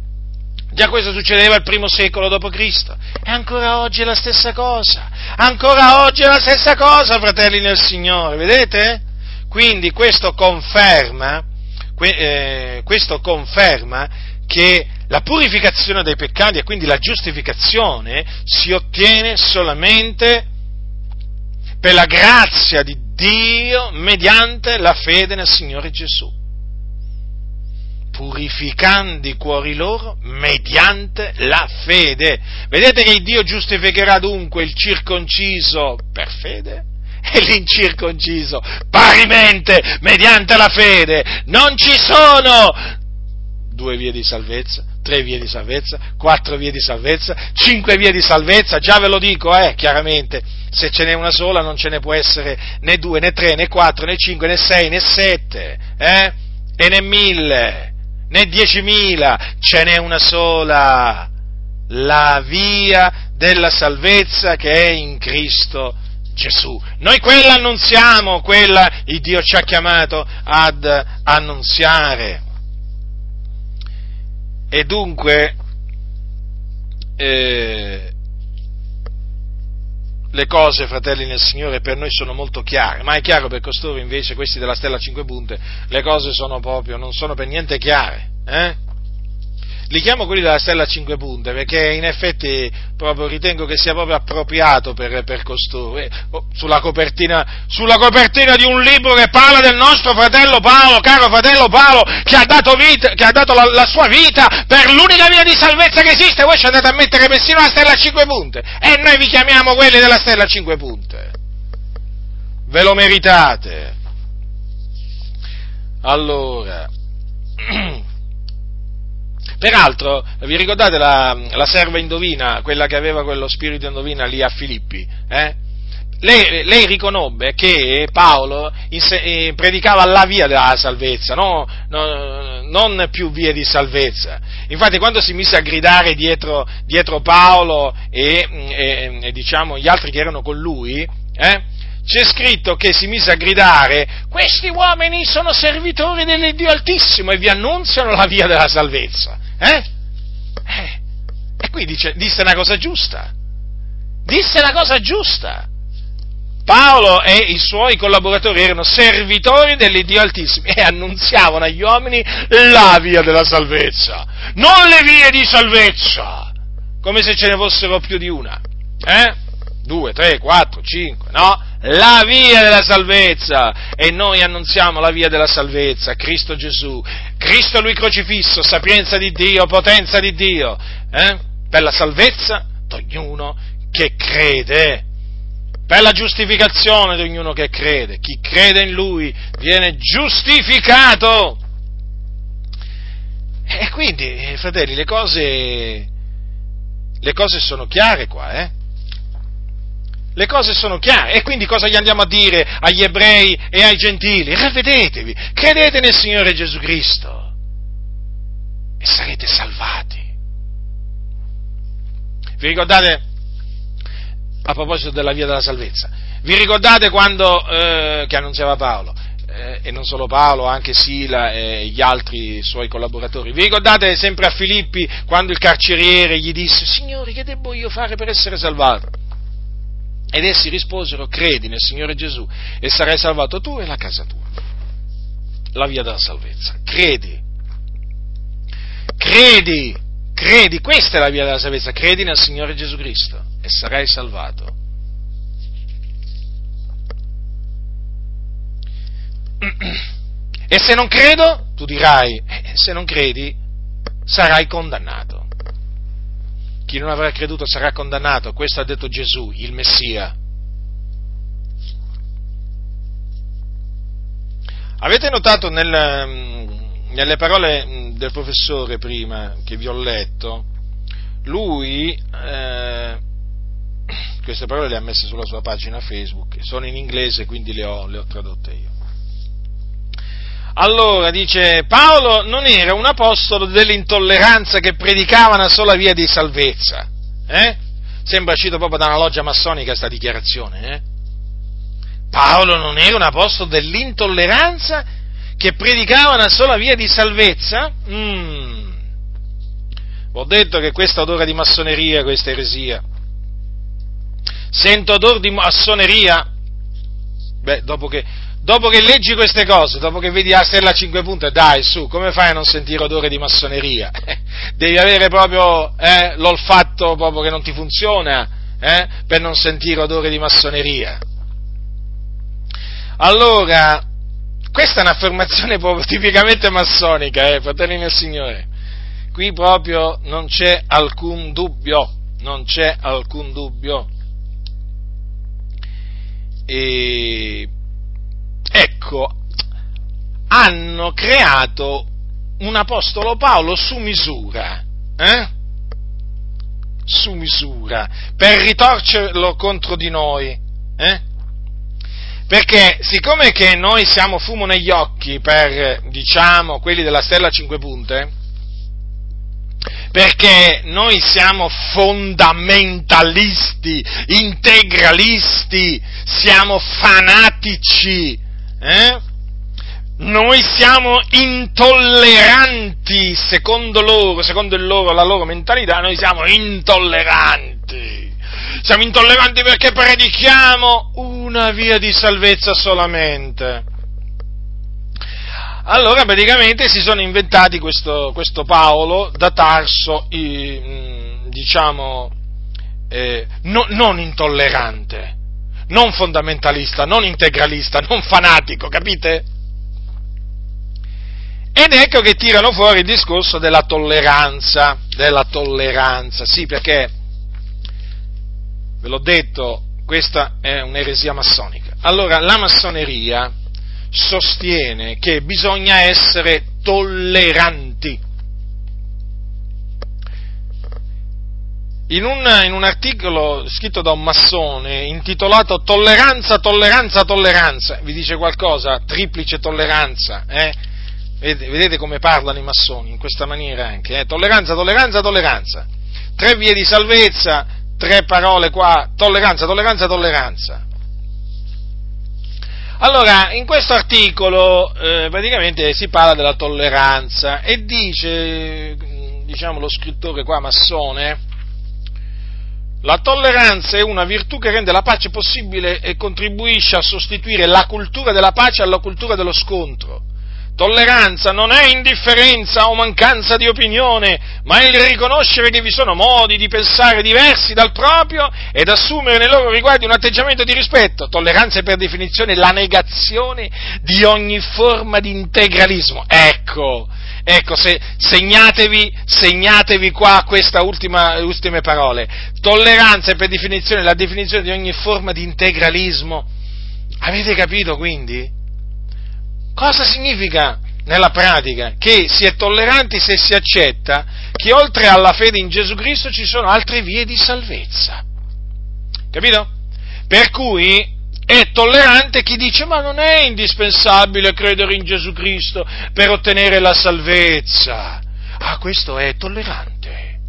S1: il primo secolo d.C. E ancora oggi è la stessa cosa. Fratelli nel Signore. Vedete? Quindi questo conferma che la purificazione dei peccati e quindi la giustificazione si ottiene solamente per la grazia di Dio mediante la fede nel Signore Gesù, purificando i cuori loro mediante la fede. Vedete che Dio giustificherà dunque il circonciso per fede e l'incirconciso parimente mediante la fede. Non ci sono 2 vie di salvezza, 3 vie di salvezza, 4 vie di salvezza, 5 vie di salvezza, già ve lo dico, chiaramente, se ce n'è una sola non ce ne può essere né 2, né 3, né 4, né 5, né 6, né 7, e né 1000, né 10.000, ce n'è una sola, la via della salvezza che è in Cristo Gesù. Noi quella annunziamo, quella il Dio ci ha chiamato ad annunziare. E dunque le cose, fratelli nel Signore, per noi sono molto chiare, ma è chiaro per costoro invece, questi della stella a 5 punte, le cose non sono per niente chiare, Li chiamo quelli della stella a 5 punte perché in effetti proprio ritengo che sia proprio appropriato per costoro. Sulla copertina di un libro che parla del nostro fratello Paolo, caro fratello Paolo, che ha dato la sua vita per l'unica via di salvezza che esiste, voi ci andate a mettere persino la stella a 5 punte e noi vi chiamiamo quelli della stella a 5 punte. Ve lo meritate. Allora, peraltro, vi ricordate la serva indovina, quella che aveva quello spirito indovina lì a Filippi? Lei riconobbe che Paolo predicava la via della salvezza, non più vie di salvezza. Infatti quando si mise a gridare dietro Paolo e diciamo gli altri che erano con lui, c'è scritto che si mise a gridare: questi uomini sono servitori dell'Iddio Altissimo e vi annunziano la via della salvezza. E qui disse una cosa giusta. Paolo e i suoi collaboratori erano servitori dell'Iddio Altissimo e annunziavano agli uomini la via della salvezza, non le vie di salvezza, come se ce ne fossero più di una. 2, 3, 4, 5, no? La via della salvezza, e noi annunziamo la via della salvezza, Cristo Gesù, Cristo Lui crocifisso, sapienza di Dio, potenza di Dio, per la salvezza di ognuno che crede, per la giustificazione di ognuno che crede. Chi crede in Lui viene giustificato. E quindi, fratelli, le cose sono chiare qua, Le cose sono chiare, e quindi cosa gli andiamo a dire agli ebrei e ai gentili? Ravvedetevi, credete nel Signore Gesù Cristo e sarete salvati. Vi ricordate, a proposito della via della salvezza, vi ricordate quando, che annunziava Paolo, e non solo Paolo, anche Sila e gli altri suoi collaboratori, vi ricordate sempre a Filippi quando il carceriere gli disse: Signore, che debbo io fare per essere salvato? Ed essi risposero: credi nel Signore Gesù e sarai salvato tu e la casa tua. La via della salvezza. Credi, questa è la via della salvezza. Credi nel Signore Gesù Cristo e sarai salvato. E se non credo? Tu dirai, se non credi sarai condannato. Chi non avrà creduto sarà condannato, questo ha detto Gesù, il Messia. Avete notato nelle parole del professore prima che vi ho letto, lui queste parole le ha messe sulla sua pagina Facebook, sono in inglese, quindi le ho tradotte io. Allora, dice, Paolo non era un apostolo dell'intolleranza che predicava una sola via di salvezza, Sembra uscito proprio da una loggia massonica sta dichiarazione, Paolo non era un apostolo dell'intolleranza che predicava una sola via di salvezza? Ho detto che questa odora di massoneria, questa eresia. Sento odore di massoneria? Beh, dopo che leggi queste cose, dopo che vedi la stella a 5 punte, dai, su, come fai a non sentire odore di massoneria? Devi avere proprio l'olfatto proprio che non ti funziona, per non sentire odore di massoneria. Allora, questa è un'affermazione proprio tipicamente massonica, fratelli nel Signore. Qui proprio non c'è alcun dubbio. E ecco, hanno creato un apostolo Paolo su misura, per ritorcerlo contro di noi, Perché siccome che noi siamo fumo negli occhi per, quelli della stella a 5 punte, perché noi siamo fondamentalisti, integralisti, siamo fanatici, Noi siamo intolleranti, secondo la loro mentalità, noi siamo intolleranti. Siamo intolleranti perché predichiamo una via di salvezza solamente. Allora praticamente si sono inventati questo Paolo da Tarso, non intollerante, non fondamentalista, non integralista, non fanatico, capite? Ed ecco che tirano fuori il discorso della tolleranza, sì, perché, ve l'ho detto, questa è un'eresia massonica. Allora, la massoneria sostiene che bisogna essere tolleranti. In un articolo scritto da un massone intitolato Tolleranza, tolleranza, tolleranza, vi dice qualcosa? Triplice tolleranza, Vedete come parlano i massoni, in questa maniera anche, Tolleranza, tolleranza, tolleranza. 3 vie di salvezza, 3 parole qua, tolleranza, tolleranza, tolleranza. Allora, in questo articolo praticamente si parla della tolleranza e dice, lo scrittore qua massone, la tolleranza è una virtù che rende la pace possibile e contribuisce a sostituire la cultura della pace alla cultura dello scontro. Tolleranza non è indifferenza o mancanza di opinione, ma il riconoscere che vi sono modi di pensare diversi dal proprio ed assumere nei loro riguardi un atteggiamento di rispetto. Tolleranza è per definizione la negazione di ogni forma di integralismo. Ecco, segnatevi qua queste ultime parole. Tolleranza è per definizione la definizione di ogni forma di integralismo. Avete capito quindi? Cosa significa nella pratica? Che si è tolleranti se si accetta che oltre alla fede in Gesù Cristo ci sono altre vie di salvezza. Capito? Per cui è tollerante chi dice ma non è indispensabile credere in Gesù Cristo per ottenere la salvezza. Ah, questo è tollerante.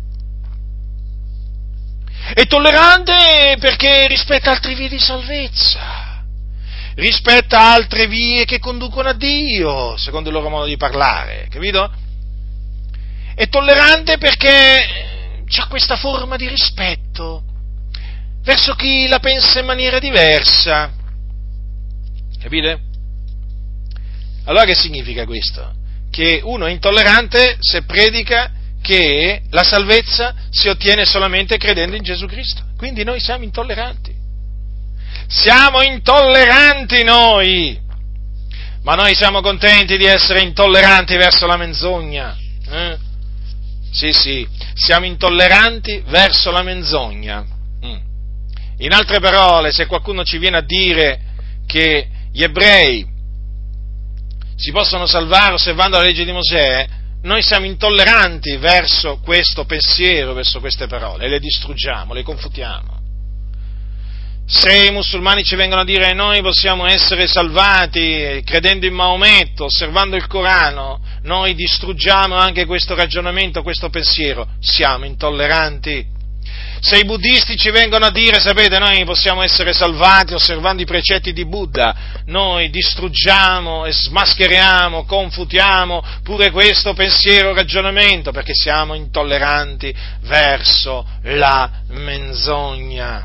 S1: È tollerante perché rispetta altre vie di salvezza. Rispetta altre vie che conducono a Dio, secondo il loro modo di parlare, capito? È tollerante perché c'ha questa forma di rispetto verso chi la pensa in maniera diversa, capite? Allora che significa questo? Che uno è intollerante se predica che la salvezza si ottiene solamente credendo in Gesù Cristo, quindi noi siamo intolleranti. Siamo intolleranti noi, ma noi siamo contenti di essere intolleranti verso la menzogna. Sì, siamo intolleranti verso la menzogna. In altre parole, se qualcuno ci viene a dire che gli ebrei si possono salvare osservando la legge di Mosè, noi siamo intolleranti verso questo pensiero, verso queste parole, e le distruggiamo, le confutiamo. Se i musulmani ci vengono a dire noi possiamo essere salvati credendo in Maometto, osservando il Corano, noi distruggiamo anche questo ragionamento, questo pensiero, siamo intolleranti. Se i buddisti ci vengono a dire, sapete, noi possiamo essere salvati osservando i precetti di Buddha, noi distruggiamo e smascheriamo, confutiamo pure questo pensiero, ragionamento, perché siamo intolleranti verso la menzogna.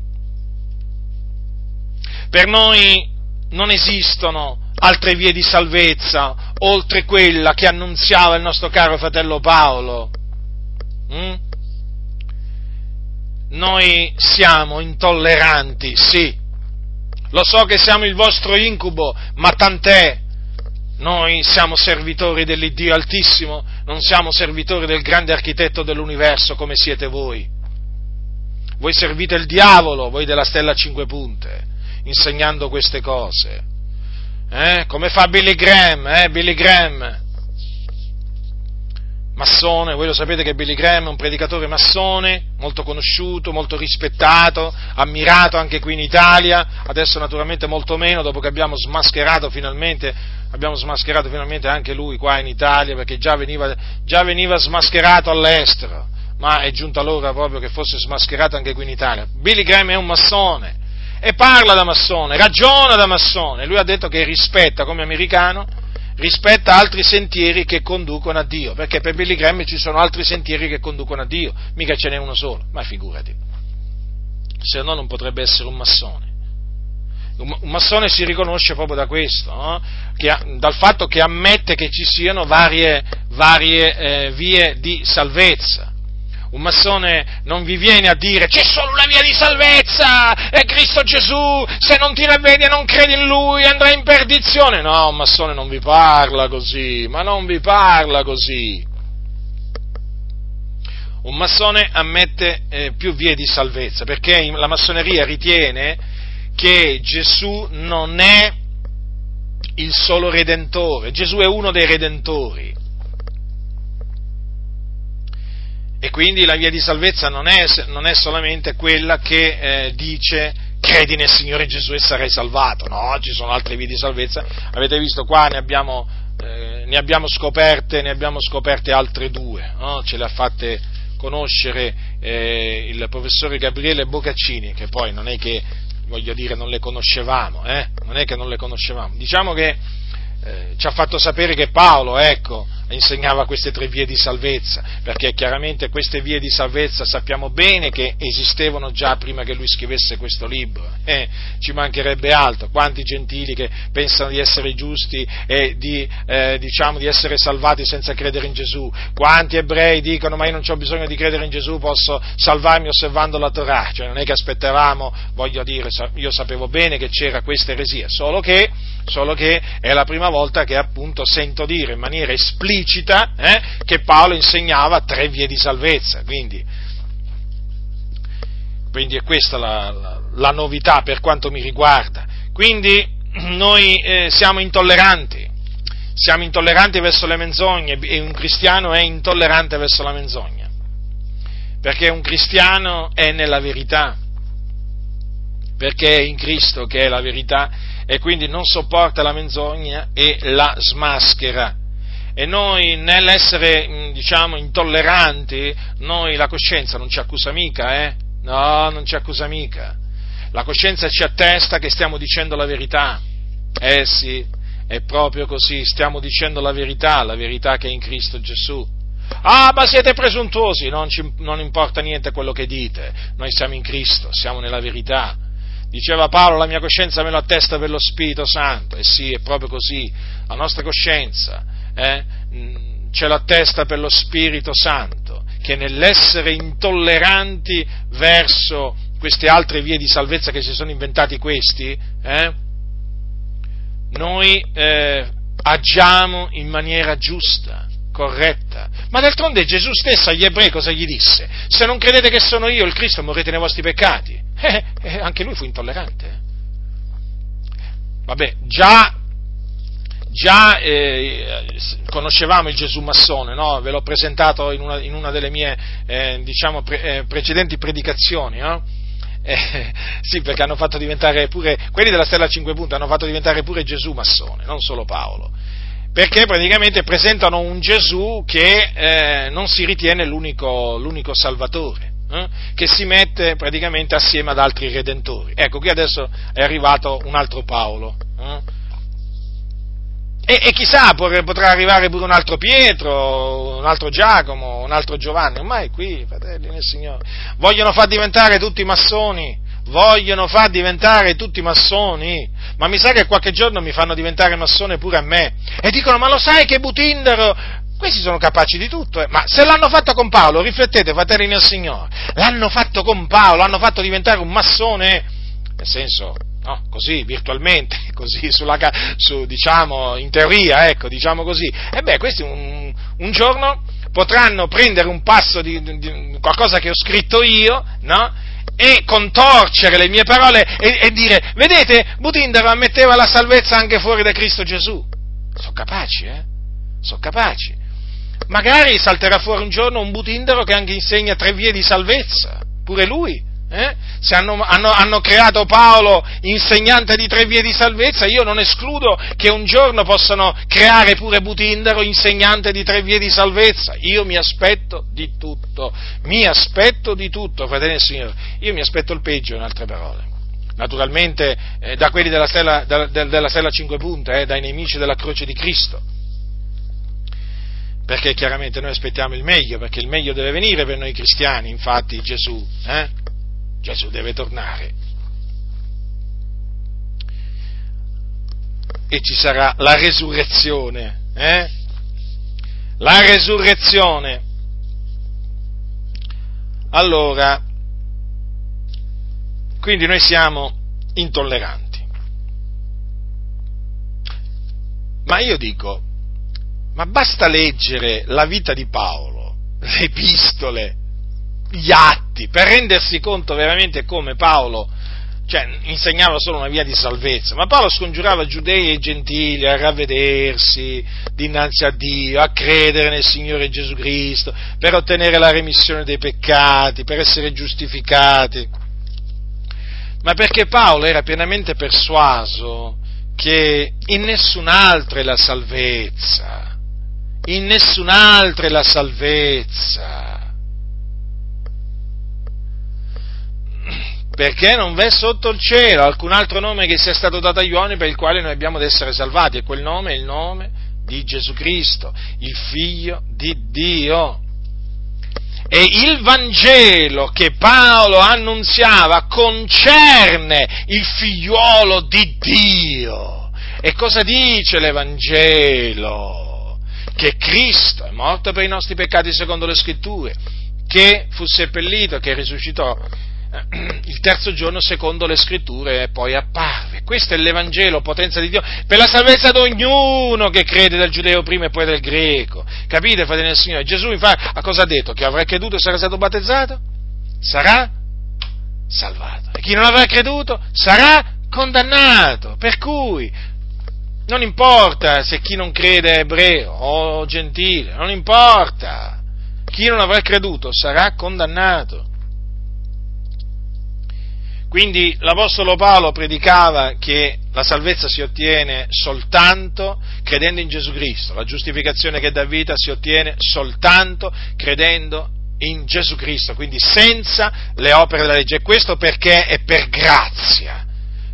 S1: Per noi non esistono altre vie di salvezza oltre quella che annunziava il nostro caro fratello Paolo. Noi siamo intolleranti, sì, lo so che siamo il vostro incubo, ma tant'è, noi siamo servitori dell'Iddio Altissimo, non siamo servitori del grande architetto dell'universo come siete voi. Voi servite il diavolo, voi della stella a 5 punte, insegnando queste cose, come fa Billy Graham, massone. Voi lo sapete che Billy Graham è un predicatore massone, molto conosciuto, molto rispettato, ammirato anche qui in Italia, adesso naturalmente molto meno, dopo che abbiamo smascherato finalmente anche lui qua in Italia, perché già veniva smascherato all'estero, ma è giunta l'ora proprio che fosse smascherato anche qui in Italia. Billy Graham è un massone, e parla da massone, ragiona da massone. Lui ha detto che rispetta, come americano, rispetta altri sentieri che conducono a Dio, perché per Billy Graham ci sono altri sentieri che conducono a Dio, mica ce n'è uno solo, ma figurati, se no non potrebbe essere un massone. Un massone si riconosce proprio da questo, no? Dal fatto che ammette che ci siano varie vie di salvezza. Un massone non vi viene a dire c'è solo una via di salvezza, è Cristo Gesù, se non ti ravvedi e non credi in Lui andrai in perdizione. No, un massone non vi parla così, ma non vi parla così. Un massone ammette più vie di salvezza, perché la massoneria ritiene che Gesù non è il solo Redentore, Gesù è uno dei Redentori. E quindi la via di salvezza non è solamente quella che dice credi nel Signore Gesù e sarai salvato. No, ci sono altre vie di salvezza. Avete visto qua, ne abbiamo scoperte altre due, no? Ce le ha fatte conoscere il professore Gabriele Boccaccini, che poi non è che, voglio dire, non le conoscevamo, non è che non le conoscevamo. Diciamo che ci ha fatto sapere che Paolo, insegnava queste 3 vie di salvezza, perché chiaramente queste vie di salvezza sappiamo bene che esistevano già prima che lui scrivesse questo libro, ci mancherebbe altro. Quanti gentili che pensano di essere giusti e di essere salvati senza credere in Gesù, quanti ebrei dicono ma io non ho bisogno di credere in Gesù, posso salvarmi osservando la Torah, cioè non è che aspettavamo, voglio dire, io sapevo bene che c'era questa eresia, solo che è la prima volta che appunto sento dire in maniera esplicita che Paolo insegnava 3 vie di salvezza, quindi è questa la novità per quanto mi riguarda. Quindi noi siamo intolleranti verso le menzogne, e un cristiano è intollerante verso la menzogna, perché un cristiano è nella verità, perché è in Cristo che è la verità, e quindi non sopporta la menzogna e la smaschera. E noi nell'essere, intolleranti, noi la coscienza non ci accusa mica, No, non ci accusa mica. La coscienza ci attesta che stiamo dicendo la verità. Sì, è proprio così, stiamo dicendo la verità che è in Cristo Gesù. Ah, ma siete presuntuosi, non importa niente quello che dite, noi siamo in Cristo, siamo nella verità. Diceva Paolo, la mia coscienza me lo attesta per lo Spirito Santo, e sì, è proprio così, la nostra coscienza ce l'attesta per lo Spirito Santo, che nell'essere intolleranti verso queste altre vie di salvezza che si sono inventati questi, noi agiamo in maniera giusta, corretta. Ma d'altronde Gesù stesso agli ebrei cosa gli disse? Se non credete che sono io il Cristo, morrete nei vostri peccati. Anche lui fu intollerante. Vabbè, già già conoscevamo il Gesù massone, no? Ve l'ho presentato in una delle mie precedenti predicazioni, no? Sì, perché hanno fatto diventare pure quelli della Stella a 5 punte, hanno fatto diventare pure Gesù massone, non solo Paolo, perché praticamente presentano un Gesù che non si ritiene l'unico Salvatore, che si mette praticamente assieme ad altri redentori. Ecco, qui adesso è arrivato un altro Paolo, e chissà, potrà arrivare pure un altro Pietro, un altro Giacomo, un altro Giovanni. Ormai qui, fratelli nel Signore, vogliono far diventare tutti massoni, ma mi sa che qualche giorno mi fanno diventare massone pure a me, e dicono: ma lo sai che Butindaro, questi sono capaci di tutto, ma se l'hanno fatto con Paolo, riflettete, fratelli nel Signore, l'hanno fatto con Paolo, l'hanno fatto diventare un massone, nel senso, no, così, virtualmente, così, diciamo, in teoria, ecco, diciamo così. E questi un giorno potranno prendere un passo di qualcosa che ho scritto io, no? E contorcere le mie parole e dire: vedete, Butindaro ammetteva la salvezza anche fuori da Cristo Gesù. Sono capaci. Magari salterà fuori un giorno un Butindaro che anche insegna 3 vie di salvezza, pure lui. Se hanno creato Paolo insegnante di 3 vie di salvezza, io non escludo che un giorno possano creare pure Butindaro insegnante di 3 vie di salvezza. Io mi aspetto di tutto, fratelli del Signore. Io mi aspetto il peggio, in altre parole. Naturalmente da quelli della stella a 5 punte, dai nemici della croce di Cristo. Perché chiaramente noi aspettiamo il meglio, perché il meglio deve venire per noi cristiani, infatti Gesù deve tornare e ci sarà la resurrezione, Allora, quindi noi siamo intolleranti, ma io dico, ma basta leggere la vita di Paolo, le epistole, gli atti, per rendersi conto veramente come Paolo, insegnava solo una via di salvezza, ma Paolo scongiurava giudei e gentili a ravvedersi dinanzi a Dio, a credere nel Signore Gesù Cristo, per ottenere la remissione dei peccati, per essere giustificati, ma perché Paolo era pienamente persuaso che in nessun altro è la salvezza, perché non v'è sotto il cielo alcun altro nome che sia stato dato agli uomini per il quale noi abbiamo ad essere salvati, e quel nome è il nome di Gesù Cristo, il Figlio di Dio. E il Vangelo che Paolo annunziava concerne il figliuolo di Dio. E cosa dice l'Evangelo? Che Cristo è morto per i nostri peccati secondo le Scritture, che fu seppellito, che risuscitò il terzo giorno secondo le Scritture e poi apparve. Questo è l'Evangelo, potenza di Dio, per la salvezza di ognuno che crede, del giudeo prima e poi del greco. Capite, fratelli del Signore? Gesù infatti a cosa ha detto? Che avrà creduto e sarà stato battezzato? Sarà salvato. E chi non avrà creduto sarà condannato. Per cui non importa se chi non crede è ebreo o gentile, non importa. Chi non avrà creduto sarà condannato. Quindi l'Apostolo Paolo predicava che la salvezza si ottiene soltanto credendo in Gesù Cristo, la giustificazione che dà vita si ottiene soltanto credendo in Gesù Cristo, quindi senza le opere della legge. E questo perché è per grazia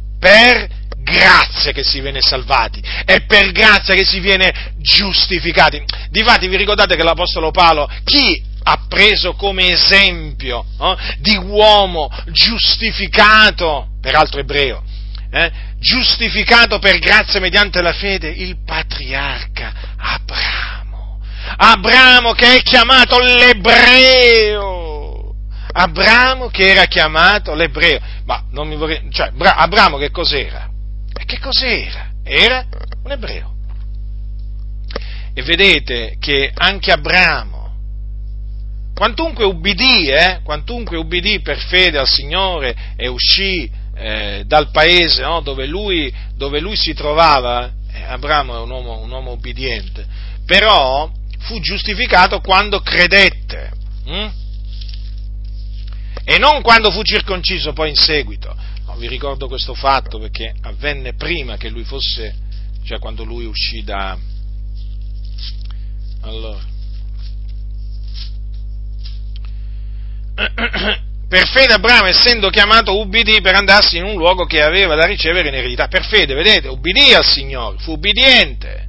S1: che si viene salvati, è per grazia che si viene giustificati. Difatti vi ricordate che l'Apostolo Paolo, chi ha preso come esempio di uomo giustificato, peraltro ebreo, giustificato per grazia mediante la fede? Il patriarca Abramo che è chiamato l'ebreo, Abramo che era chiamato l'ebreo, ma non mi vorrei, Abramo che cos'era? E che cos'era? Era un ebreo. E vedete che anche Abramo, quantunque ubbidì per fede al Signore e uscì dal paese dove lui si trovava, Abramo è un uomo ubbidiente, però fu giustificato quando credette, e non quando fu circonciso poi in seguito. No, vi ricordo questo fatto perché avvenne prima che lui fosse, cioè quando lui uscì da... Allora, per fede Abramo, essendo chiamato, ubbidì per andarsi in un luogo che aveva da ricevere in eredità. Per fede, vedete, ubbidì al Signore, fu ubbidiente.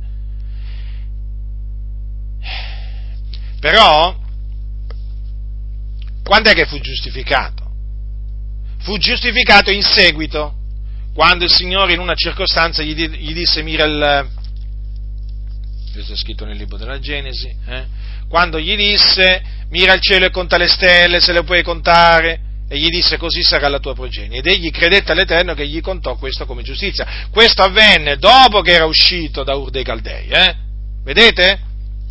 S1: Però, quando è che fu giustificato? Fu giustificato in seguito, quando il Signore in una circostanza gli disse, questo è scritto nel libro della Genesi, quando gli disse, mira il cielo e conta le stelle, se le puoi contare, e gli disse, così sarà la tua progenie. Ed egli credette all'Eterno che gli contò questo come giustizia. Questo avvenne dopo che era uscito da Ur dei Caldei, vedete?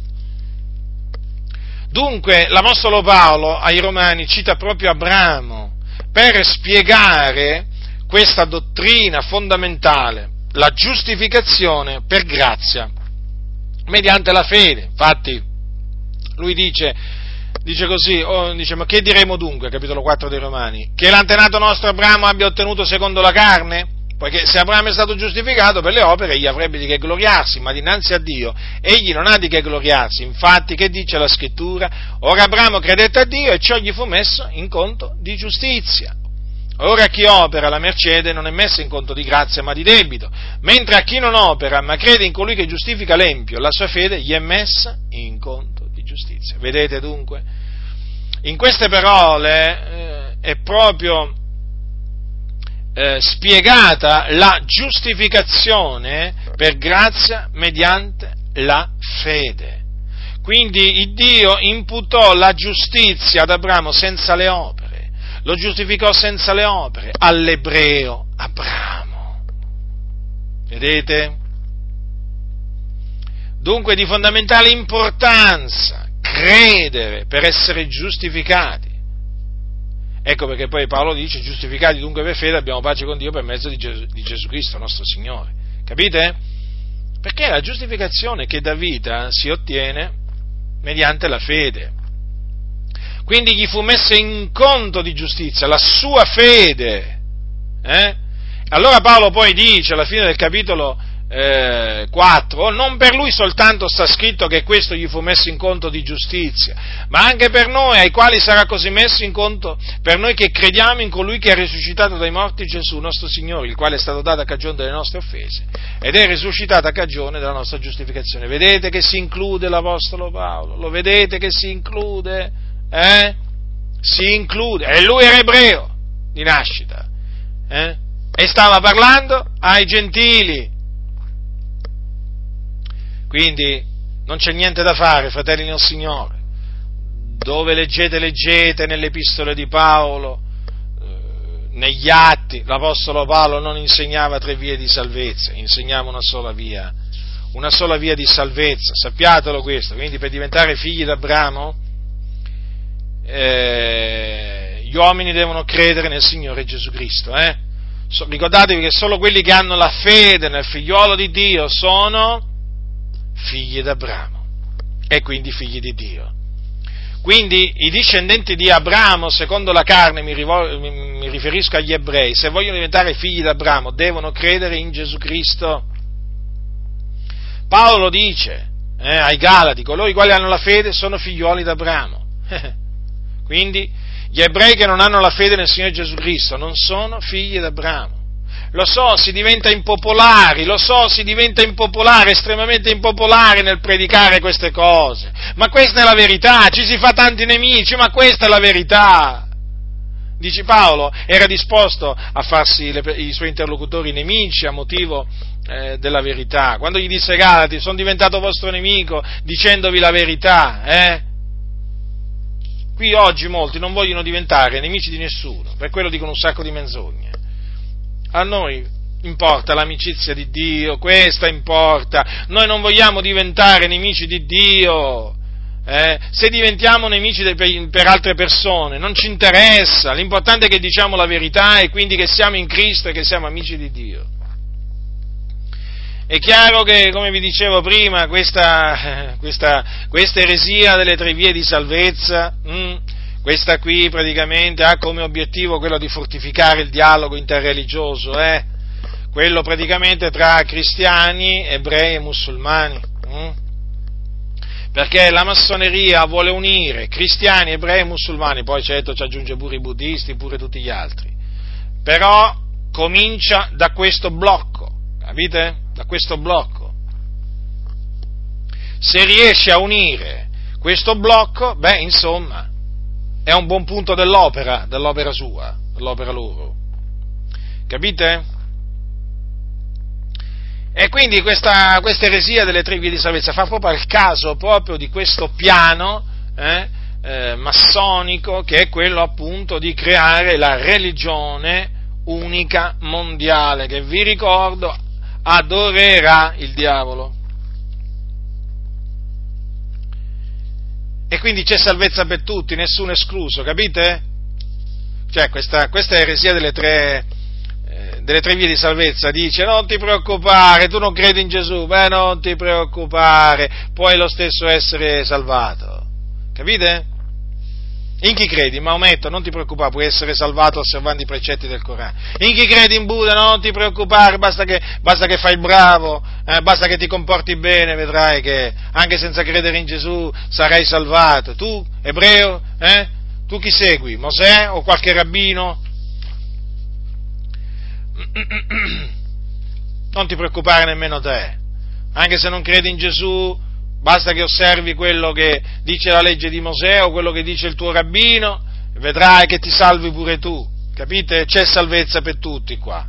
S1: Dunque, l'Apostolo Paolo ai Romani cita proprio Abramo per spiegare questa dottrina fondamentale, la giustificazione per grazia, mediante la fede. Infatti, lui dice così, dice, ma che diremo dunque, capitolo 4 dei Romani? Che l'antenato nostro Abramo abbia ottenuto secondo la carne? Poiché se Abramo è stato giustificato per le opere, egli avrebbe di che gloriarsi, ma dinanzi a Dio egli non ha di che gloriarsi. Infatti, che dice la Scrittura? Ora Abramo credette a Dio e ciò gli fu messo in conto di giustizia. Ora a chi opera la mercede non è messa in conto di grazia ma di debito, mentre a chi non opera ma crede in colui che giustifica l'empio, la sua fede gli è messa in conto di giustizia. Vedete dunque? In queste parole è proprio spiegata la giustificazione per grazia mediante la fede. Quindi il Dio imputò la giustizia ad Abramo senza le opere, lo giustificò senza le opere all'ebreo Abramo. Vedete? Dunque di fondamentale importanza credere per essere giustificati. Ecco perché poi Paolo dice, giustificati dunque per fede abbiamo pace con Dio per mezzo di Gesù Cristo, nostro Signore. Capite? Perché la giustificazione che dà vita si ottiene mediante la fede. Quindi gli fu messa in conto di giustizia la sua fede. Allora Paolo poi dice alla fine del capitolo 4, non per lui soltanto sta scritto che questo gli fu messo in conto di giustizia, ma anche per noi, ai quali sarà così messo in conto, per noi che crediamo in colui che ha risuscitato dai morti Gesù, nostro Signore, il quale è stato dato a cagione delle nostre offese, ed è risuscitato a cagione della nostra giustificazione. Vedete che si include l'Apostolo Paolo? Lo vedete che si include? Si include, e lui era ebreo di nascita, e stava parlando ai gentili. Quindi non c'è niente da fare, fratelli nel Signore. Dove leggete nelle epistole di Paolo, negli atti, l'Apostolo Paolo non insegnava 3 vie di salvezza, insegnava una sola via di salvezza, sappiatelo questo. Quindi per diventare figli d'Abramo, gli uomini devono credere nel Signore Gesù Cristo. Ricordatevi che solo quelli che hanno la fede nel figliuolo di Dio sono figli d'Abramo e quindi figli di Dio. Quindi i discendenti di Abramo secondo la carne, mi riferisco agli ebrei, se vogliono diventare figli d'Abramo devono credere in Gesù Cristo. Paolo dice ai Galati, coloro i quali hanno la fede sono figliuoli d'Abramo. Quindi gli ebrei che non hanno la fede nel Signore Gesù Cristo non sono figli d'Abramo. Lo so, si diventa impopolari, estremamente impopolari nel predicare queste cose, ma questa è la verità, ci si fa tanti nemici, ma questa è la verità. Dici, Paolo era disposto a farsi i suoi interlocutori nemici a motivo della verità, quando gli disse ai Galati, sono diventato vostro nemico dicendovi la verità, Qui oggi molti non vogliono diventare nemici di nessuno, per quello dicono un sacco di menzogne. A noi importa l'amicizia di Dio, questa importa, noi non vogliamo diventare nemici di Dio, se diventiamo nemici per altre persone non ci interessa, l'importante è che diciamo la verità e quindi che siamo in Cristo e che siamo amici di Dio. è chiaro che, come vi dicevo prima, questa eresia delle tre vie di salvezza, questa qui praticamente ha come obiettivo quello di fortificare il dialogo interreligioso, quello praticamente tra cristiani, ebrei e musulmani, perché la massoneria vuole unire cristiani, ebrei e musulmani, poi certo ci aggiunge pure i buddisti, pure tutti gli altri, però comincia da questo blocco, capite? Da questo blocco. Se riesce a unire questo blocco, insomma, è un buon punto dell'opera sua, dell'opera loro. Capite? E quindi questa eresia delle tre vie di salvezza fa proprio al caso proprio di questo piano massonico, che è quello appunto di creare la religione unica mondiale, che vi ricordo adorerà il diavolo. E quindi c'è salvezza per tutti, nessuno escluso, capite? Cioè questa eresia delle tre vie di salvezza dice: non ti preoccupare, tu non credi in Gesù, non ti preoccupare, puoi lo stesso essere salvato, capite? In chi credi? In Maometto? Non ti preoccupare, puoi essere salvato osservando i precetti del Corano. In chi credi? In Buddha? Non ti preoccupare, basta che fai il bravo, basta che ti comporti bene, vedrai che anche senza credere in Gesù sarai salvato. Tu, ebreo, tu chi segui? Mosè o qualche rabbino? Non ti preoccupare nemmeno te, anche se non credi in Gesù, basta che osservi quello che dice la legge di Mosè o quello che dice il tuo rabbino, vedrai che ti salvi pure tu, capite? C'è salvezza per tutti qua,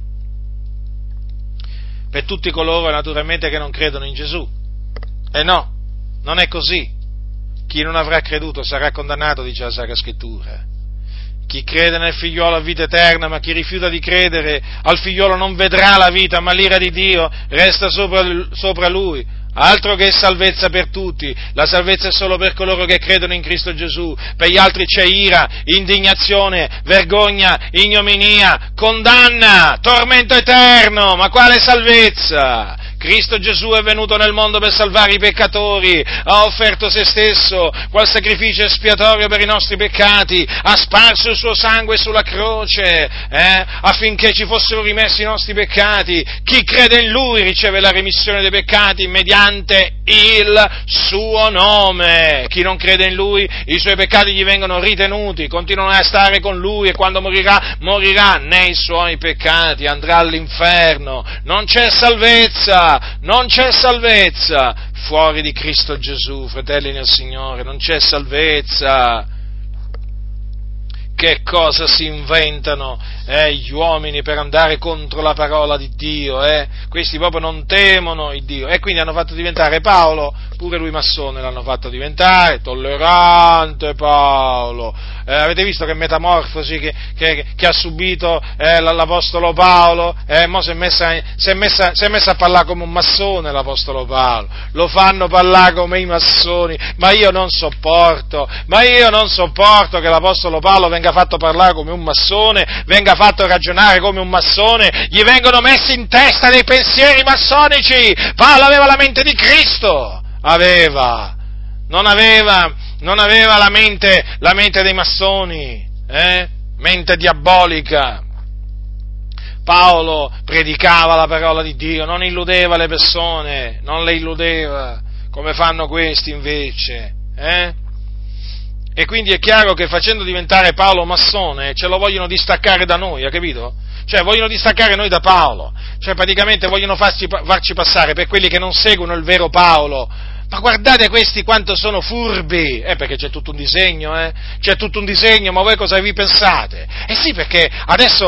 S1: per tutti coloro naturalmente che non credono in Gesù. E no, non è così. Chi non avrà creduto sarà condannato, dice la Sacra Scrittura. Chi crede nel figliolo ha vita eterna, ma chi rifiuta di credere al figliolo non vedrà la vita, ma l'ira di Dio resta sopra lui. Altro che salvezza per tutti, la salvezza è solo per coloro che credono in Cristo Gesù, per gli altri c'è ira, indignazione, vergogna, ignominia, condanna, tormento eterno, ma quale salvezza? Cristo Gesù è venuto nel mondo per salvare i peccatori, ha offerto se stesso qual sacrificio espiatorio per i nostri peccati, ha sparso il suo sangue sulla croce, affinché ci fossero rimessi i nostri peccati. Chi crede in Lui riceve la remissione dei peccati mediante il suo nome. Chi non crede in Lui, i suoi peccati gli vengono ritenuti, continuano a stare con Lui e quando morirà nei suoi peccati, andrà all'inferno. Non c'è salvezza fuori di Cristo Gesù, fratelli nel Signore, non c'è salvezza. Che cosa si inventano gli uomini per andare contro la parola di Dio? Questi proprio non temono il Dio, e quindi hanno fatto diventare Paolo, pure lui massone l'hanno fatto diventare, tollerante Paolo. Avete visto che metamorfosi che ha subito l'apostolo Paolo? Mo si è messa a parlare come un massone l'apostolo Paolo, lo fanno parlare come i massoni, ma io non sopporto che l'apostolo Paolo venga fatto parlare come un massone, venga fatto ragionare come un massone, gli vengono messi in testa dei pensieri massonici. Paolo aveva la mente di Cristo, non aveva la mente dei massoni, mente diabolica. Paolo predicava la parola di Dio, non illudeva le persone, non le illudeva, come fanno questi invece, E quindi è chiaro che facendo diventare Paolo massone ce lo vogliono distaccare da noi, ha capito? Cioè vogliono distaccare noi da Paolo, cioè praticamente vogliono farci passare per quelli che non seguono il vero Paolo. Ma guardate questi quanto sono furbi, perché c'è tutto un disegno, c'è tutto un disegno, ma voi cosa vi pensate? Sì, perché adesso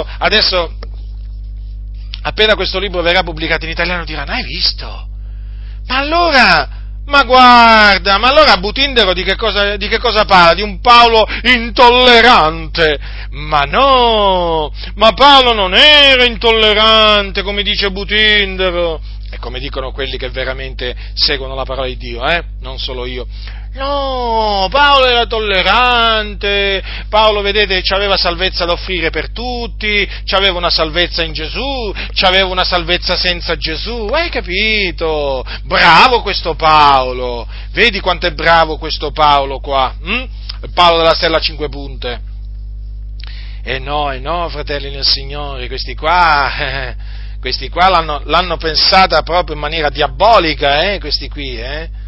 S1: appena questo libro verrà pubblicato in italiano diranno: hai visto? Ma allora Butindero di che cosa parla? Di un Paolo intollerante? Ma no, ma Paolo non era intollerante, come dice Butindero. E come dicono quelli che veramente seguono la parola di Dio, non solo io. No, Paolo era tollerante, Paolo, vedete, c'aveva salvezza da offrire per tutti, c'aveva una salvezza in Gesù, c'aveva una salvezza senza Gesù, hai capito? Bravo questo Paolo, vedi quanto è bravo questo Paolo qua, Paolo della stella a 5 punte. E no, fratelli nel Signore, questi qua l'hanno pensata proprio in maniera diabolica, questi qui,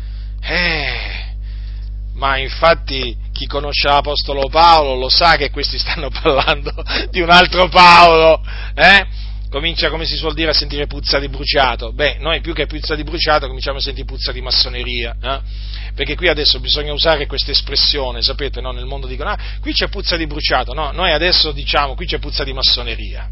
S1: Ma infatti chi conosce l'Apostolo Paolo lo sa che questi stanno parlando di un altro Paolo, Comincia, come si suol dire, a sentire puzza di bruciato. Beh, noi più che puzza di bruciato cominciamo a sentire puzza di massoneria, Perché qui adesso bisogna usare questa espressione, sapete, no? Nel mondo dicono, qui c'è puzza di bruciato, no? Noi adesso diciamo, qui c'è puzza di massoneria.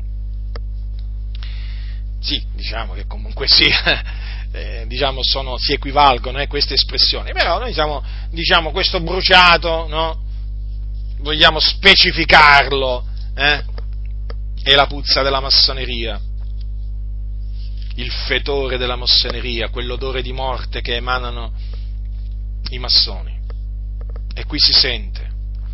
S1: Sì, diciamo che comunque sia, si equivalgono queste espressioni, però noi diciamo questo bruciato, no? Vogliamo specificarlo, è la puzza della massoneria, il fetore della massoneria, quell'odore di morte che emanano i massoni, e qui si sente.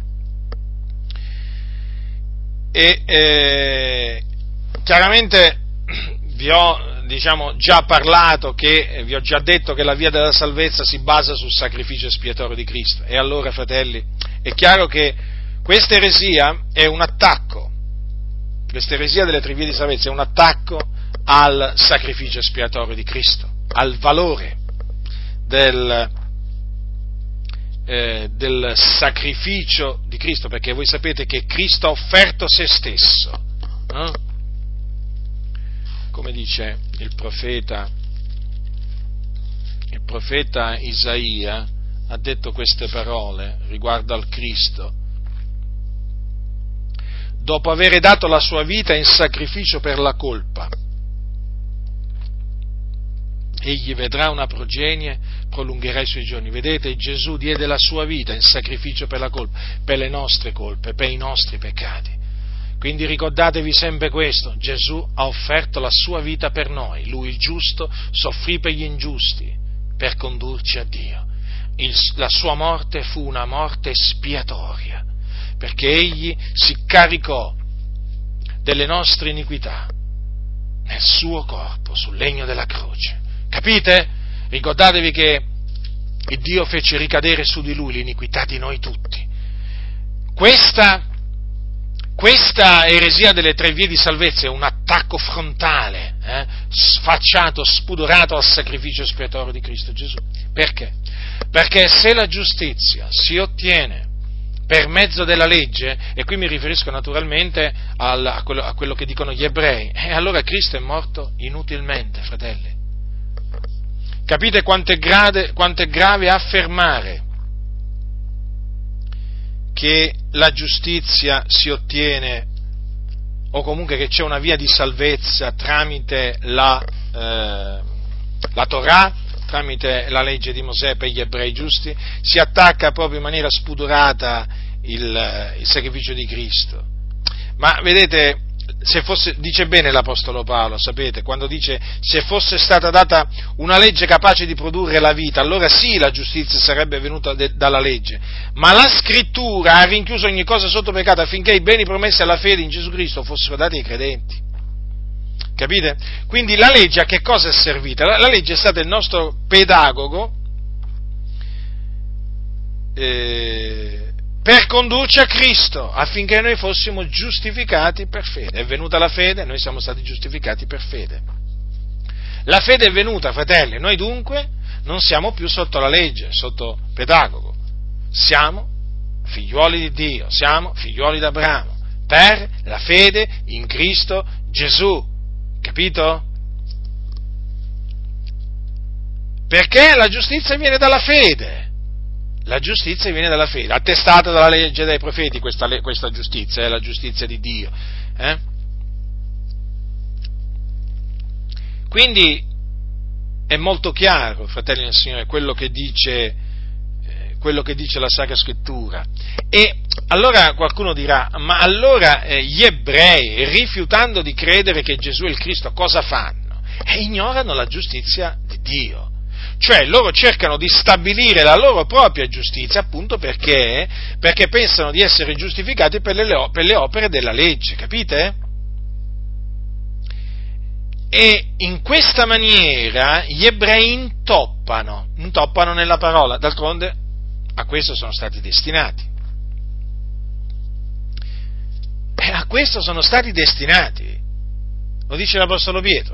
S1: E chiaramente vi ho già parlato, vi ho già detto che la via della salvezza si basa sul sacrificio espiatorio di Cristo, e allora, fratelli, è chiaro che questa eresia è un attacco. Questa eresia delle 3 vie di salvezza è un attacco al sacrificio espiatorio di Cristo, al valore del sacrificio di Cristo, perché voi sapete che Cristo ha offerto se stesso, come dice il profeta Isaia, ha detto queste parole riguardo al Cristo: dopo avere dato la sua vita in sacrificio per la colpa, egli vedrà una progenie, prolungherà i suoi giorni. Vedete, Gesù diede la sua vita in sacrificio per la colpa, per le nostre colpe, per i nostri peccati. Quindi ricordatevi sempre questo: Gesù ha offerto la sua vita per noi, Lui il giusto soffrì per gli ingiusti, per condurci a Dio. La sua morte fu una morte espiatoria, perché egli si caricò delle nostre iniquità nel suo corpo, sul legno della croce. Capite? Ricordatevi che Dio fece ricadere su di lui l'iniquità di noi tutti. Questa eresia delle 3 vie di salvezza è un attacco frontale, sfacciato, spudorato al sacrificio espiatorio di Cristo Gesù. Perché? Perché se la giustizia si ottiene per mezzo della legge, e qui mi riferisco naturalmente a quello che dicono gli ebrei, allora Cristo è morto inutilmente, fratelli. Capite quanto è grave affermare che la giustizia si ottiene, o comunque che c'è una via di salvezza tramite la Torah, tramite la legge di Mosè per gli ebrei giusti? Si attacca proprio in maniera spudorata il sacrificio di Cristo. Ma vedete, dice bene l'Apostolo Paolo, sapete, quando dice: se fosse stata data una legge capace di produrre la vita, allora sì, la giustizia sarebbe venuta dalla legge, ma la Scrittura ha rinchiuso ogni cosa sotto peccato affinché i beni promessi alla fede in Gesù Cristo fossero dati ai credenti. Capite? Quindi la legge a che cosa è servita? La legge è stata il nostro pedagogo per condurci a Cristo, affinché noi fossimo giustificati per fede. È venuta la fede, noi siamo stati giustificati per fede. La fede è venuta, fratelli, noi dunque non siamo più sotto la legge, sotto pedagogo. Siamo figliuoli di Dio, siamo figliuoli d'Abramo, per la fede in Cristo Gesù. Capito? Perché la giustizia viene dalla fede. La giustizia viene dalla fede, attestata dalla legge e dai profeti, questa giustizia è la giustizia di Dio. Quindi è molto chiaro, fratelli del Signore, quello che dice la Sacra Scrittura. E allora qualcuno dirà: ma allora gli ebrei, rifiutando di credere che Gesù è il Cristo, cosa fanno? e ignorano la giustizia di Dio. Cioè loro cercano di stabilire la loro propria giustizia appunto perché pensano di essere giustificati per le opere della legge, capite? E in questa maniera gli ebrei intoppano nella parola, d'altronde a questo sono stati destinati. E a questo sono stati destinati, lo dice l'Apostolo Pietro,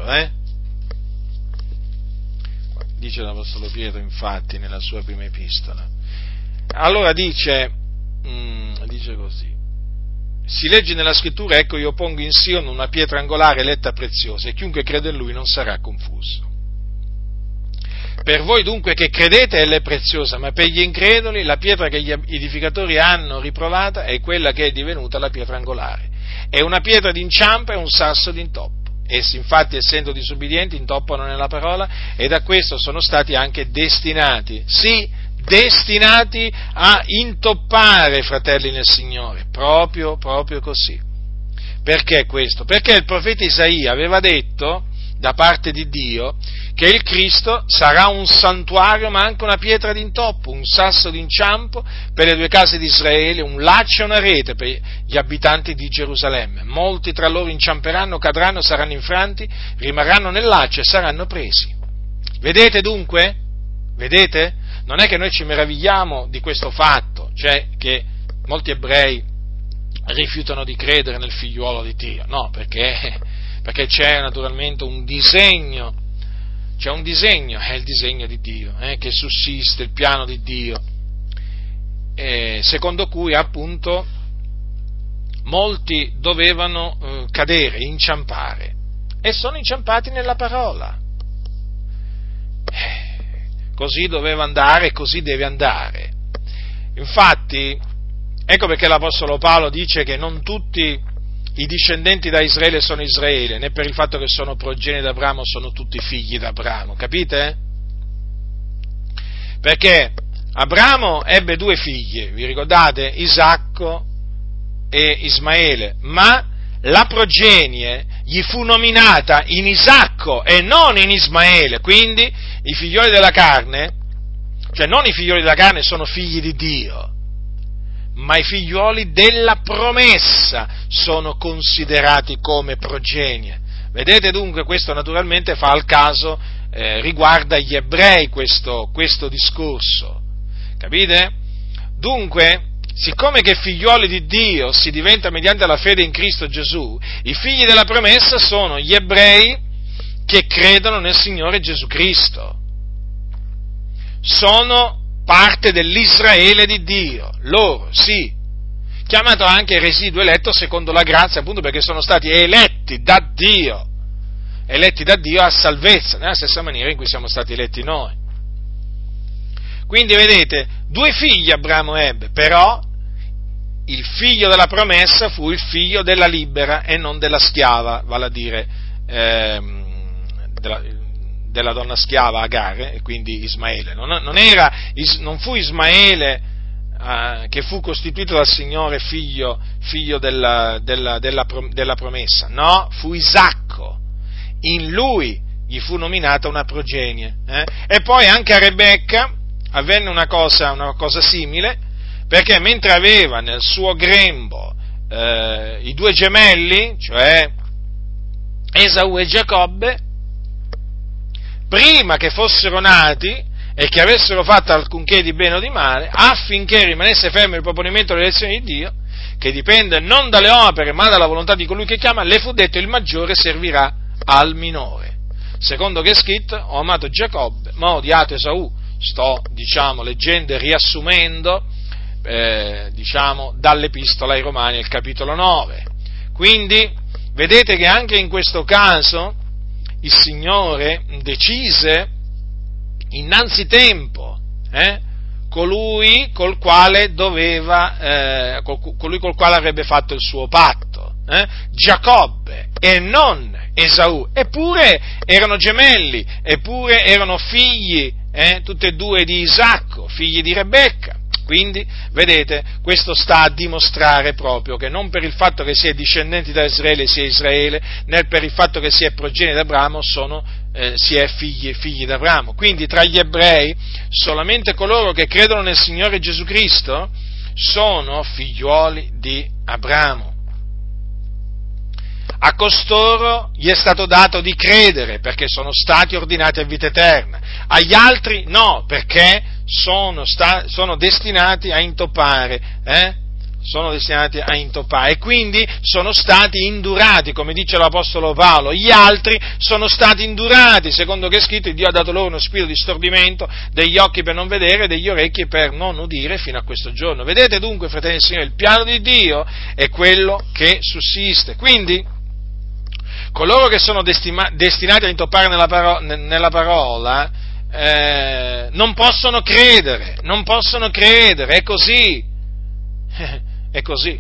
S1: Dice l'Apostolo Pietro, infatti, nella sua prima epistola. Allora dice così: si legge nella scrittura, ecco io pongo in Sion una pietra angolare eletta preziosa, e chiunque crede in lui non sarà confuso. Per voi dunque che credete ella è preziosa, ma per gli increduli la pietra che gli edificatori hanno riprovata è quella che è divenuta la pietra angolare. È una pietra d'inciampo e un sasso d'intoppo. Essi infatti, essendo disubbidienti, intoppano nella parola e da questo sono stati anche destinati, sì, destinati a intoppare, fratelli nel Signore, proprio così. Perché questo? Perché il profeta Isaia aveva detto, da parte di Dio, che il Cristo sarà un santuario ma anche una pietra d'intoppo, un sasso d'inciampo per le due case di Israele, un laccio e una rete per gli abitanti di Gerusalemme. Molti tra loro inciamperanno, cadranno, saranno infranti, rimarranno nel laccio e saranno presi. Vedete dunque? Vedete? Non è che noi ci meravigliamo di questo fatto, cioè che molti ebrei rifiutano di credere nel figliuolo di Dio, no, perché c'è naturalmente un disegno, è il disegno di Dio, che sussiste, il piano di Dio, secondo cui appunto molti dovevano cadere, inciampare, e sono inciampati nella parola. Così doveva andare e così deve andare. Infatti, ecco perché l'Apostolo Paolo dice che non tutti i discendenti da Israele sono Israele, né per il fatto che sono progenie d'Abramo sono tutti figli d'Abramo, capite? Perché Abramo ebbe due figlie, vi ricordate? Isacco e Ismaele, ma la progenie gli fu nominata in Isacco e non in Ismaele, quindi i figlioli della carne, cioè non i figlioli della carne sono figli di Dio, ma i figliuoli della promessa sono considerati come progenie. Vedete dunque, questo naturalmente fa al caso, riguarda gli ebrei questo discorso, capite? Dunque, siccome che figliuoli di Dio si diventa mediante la fede in Cristo Gesù, i figli della promessa sono gli ebrei che credono nel Signore Gesù Cristo. Sono parte dell'Israele di Dio, loro, sì, chiamato anche residuo eletto secondo la grazia, appunto perché sono stati eletti da Dio a salvezza, nella stessa maniera in cui siamo stati eletti noi. Quindi vedete, due figli Abramo ebbe, però il figlio della promessa fu il figlio della libera e non della schiava, vale a dire della donna schiava Agar, e quindi Ismaele. Non fu Ismaele che fu costituito dal Signore figlio della promessa, no, fu Isacco. In lui gli fu nominata una progenie. E poi anche a Rebecca avvenne una cosa simile, perché mentre aveva nel suo grembo i due gemelli, cioè Esau e Giacobbe, prima che fossero nati e che avessero fatto alcunché di bene o di male, affinché rimanesse fermo il proponimento delle elezioni di Dio, che dipende non dalle opere ma dalla volontà di colui che chiama, le fu detto: il maggiore servirà al minore. Secondo che è scritto: ho amato Giacobbe, ma ho odiato Esaù. Sto, leggendo e riassumendo, dall'Epistola ai Romani, il capitolo 9. Quindi, vedete che anche in questo caso il Signore decise innanzitempo colui col quale avrebbe fatto il suo patto, Giacobbe e non Esaù. Eppure erano gemelli, eppure erano figli tutti e due di Isacco, figli di Rebecca. Quindi, vedete, questo sta a dimostrare proprio che non per il fatto che si è discendenti da Israele si è Israele, né per il fatto che si è progenie d'Abramo si è figli d'Abramo. Quindi tra gli ebrei solamente coloro che credono nel Signore Gesù Cristo sono figliuoli di Abramo. A costoro gli è stato dato di credere perché sono stati ordinati a vita eterna, agli altri no, perché sono destinati a intoppare, sono destinati a intoppare e quindi sono stati indurati, come dice l'Apostolo Paolo. Gli altri sono stati indurati, secondo che è scritto: Dio ha dato loro uno spirito di stordimento, degli occhi per non vedere, degli orecchi per non udire fino a questo giorno. Vedete dunque, fratelli del Signore, il piano di Dio è quello che sussiste. Quindi coloro che sono destinati a intoppare nella parola non possono credere, è così, è così.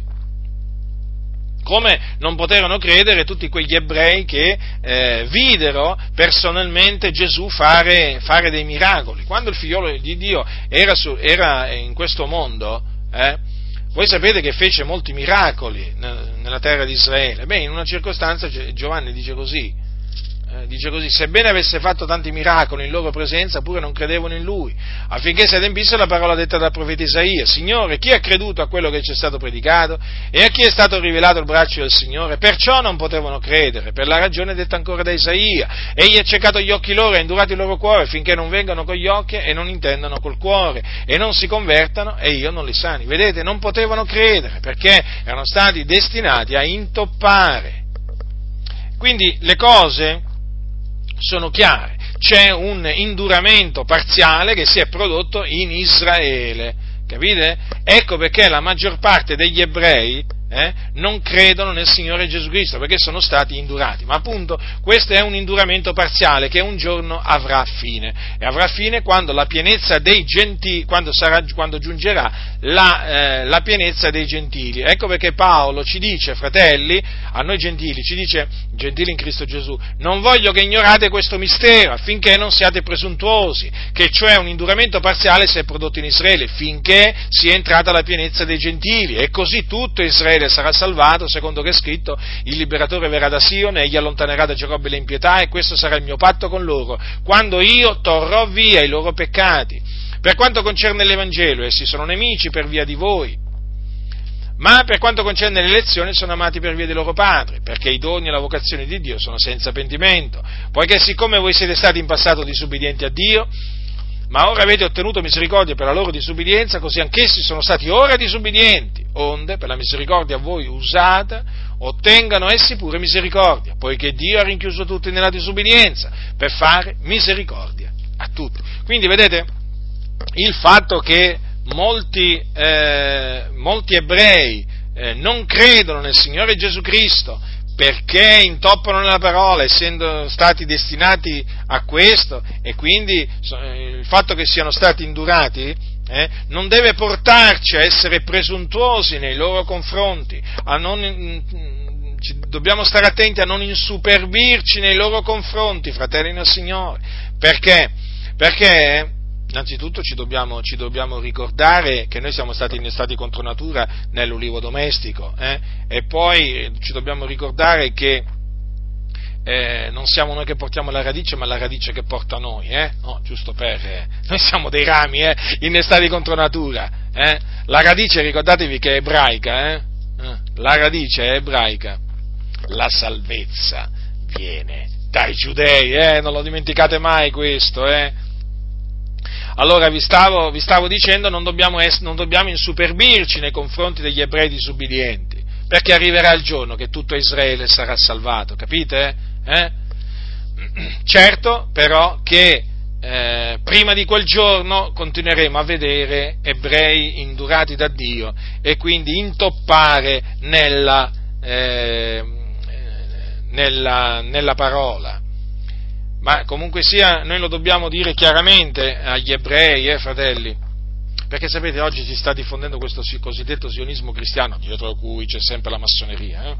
S1: Come non poterono credere tutti quegli ebrei che videro personalmente Gesù fare dei miracoli. Quando il figliolo di Dio era in questo mondo, voi sapete che fece molti miracoli nella terra di Israele. Beh, in una circostanza Giovanni dice così, sebbene avesse fatto tanti miracoli in loro presenza, pure non credevano in lui, affinché si adempisse la parola detta dal profeta Isaia: Signore, chi ha creduto a quello che ci è stato predicato? E a chi è stato rivelato il braccio del Signore? Perciò non potevano credere, per la ragione detta ancora da Isaia: egli ha ciecato gli occhi loro e ha indurato il loro cuore, finché non vengano con gli occhi e non intendano col cuore, e non si convertano e io non li sani. Vedete, non potevano credere, perché erano stati destinati a intoppare. Quindi le cose sono chiare, c'è un induramento parziale che si è prodotto in Israele, capite? Ecco perché la maggior parte degli ebrei non credono nel Signore Gesù Cristo, perché sono stati indurati, ma appunto questo è un induramento parziale che un giorno avrà fine, e avrà fine quando la pienezza dei gentili, quando giungerà la pienezza dei gentili. Ecco perché Paolo ci dice, fratelli, a noi gentili, ci dice, gentili in Cristo Gesù: non voglio che ignorate questo mistero, affinché non siate presuntuosi, che cioè un induramento parziale si è prodotto in Israele, finché sia entrata la pienezza dei gentili, e così tutto Israele sarà salvato, secondo che è scritto: il liberatore verrà da Sione, egli allontanerà da Giacobbe le impietà, e questo sarà il mio patto con loro, quando io torrò via i loro peccati. Per quanto concerne l'Evangelo, essi sono nemici per via di voi, ma per quanto concerne l'elezione sono amati per via dei loro padri, perché i doni e la vocazione di Dio sono senza pentimento, poiché siccome voi siete stati in passato disubbidienti a Dio, ma ora avete ottenuto misericordia per la loro disubbidienza, così anch'essi sono stati ora disubbidienti, onde per la misericordia a voi usata ottengano essi pure misericordia, poiché Dio ha rinchiuso tutti nella disubbidienza per fare misericordia a tutti. Quindi vedete, il fatto che molti ebrei non credono nel Signore Gesù Cristo perché intoppano nella parola, essendo stati destinati a questo, e quindi il fatto che siano stati indurati non deve portarci a essere presuntuosi nei loro confronti, dobbiamo stare attenti a non insuperbirci nei loro confronti, fratelli nel Signore. Perché? Perché innanzitutto ci dobbiamo ricordare che noi siamo stati innestati contro natura nell'ulivo domestico, e poi ci dobbiamo ricordare che non siamo noi che portiamo la radice, ma la radice che porta noi, no, giusto noi siamo dei rami, innestati contro natura, la radice, ricordatevi che è ebraica, la radice è ebraica, la salvezza viene dai giudei, non lo dimenticate mai questo, Allora vi stavo dicendo, non dobbiamo insuperbirci nei confronti degli ebrei disubbidienti, perché arriverà il giorno che tutto Israele sarà salvato, capite? Certo, però, che prima di quel giorno continueremo a vedere ebrei indurati da Dio e quindi intoppare nella parola. Ma comunque sia, noi lo dobbiamo dire chiaramente agli ebrei, fratelli, perché sapete, oggi si sta diffondendo questo cosiddetto sionismo cristiano, dietro cui c'è sempre la massoneria,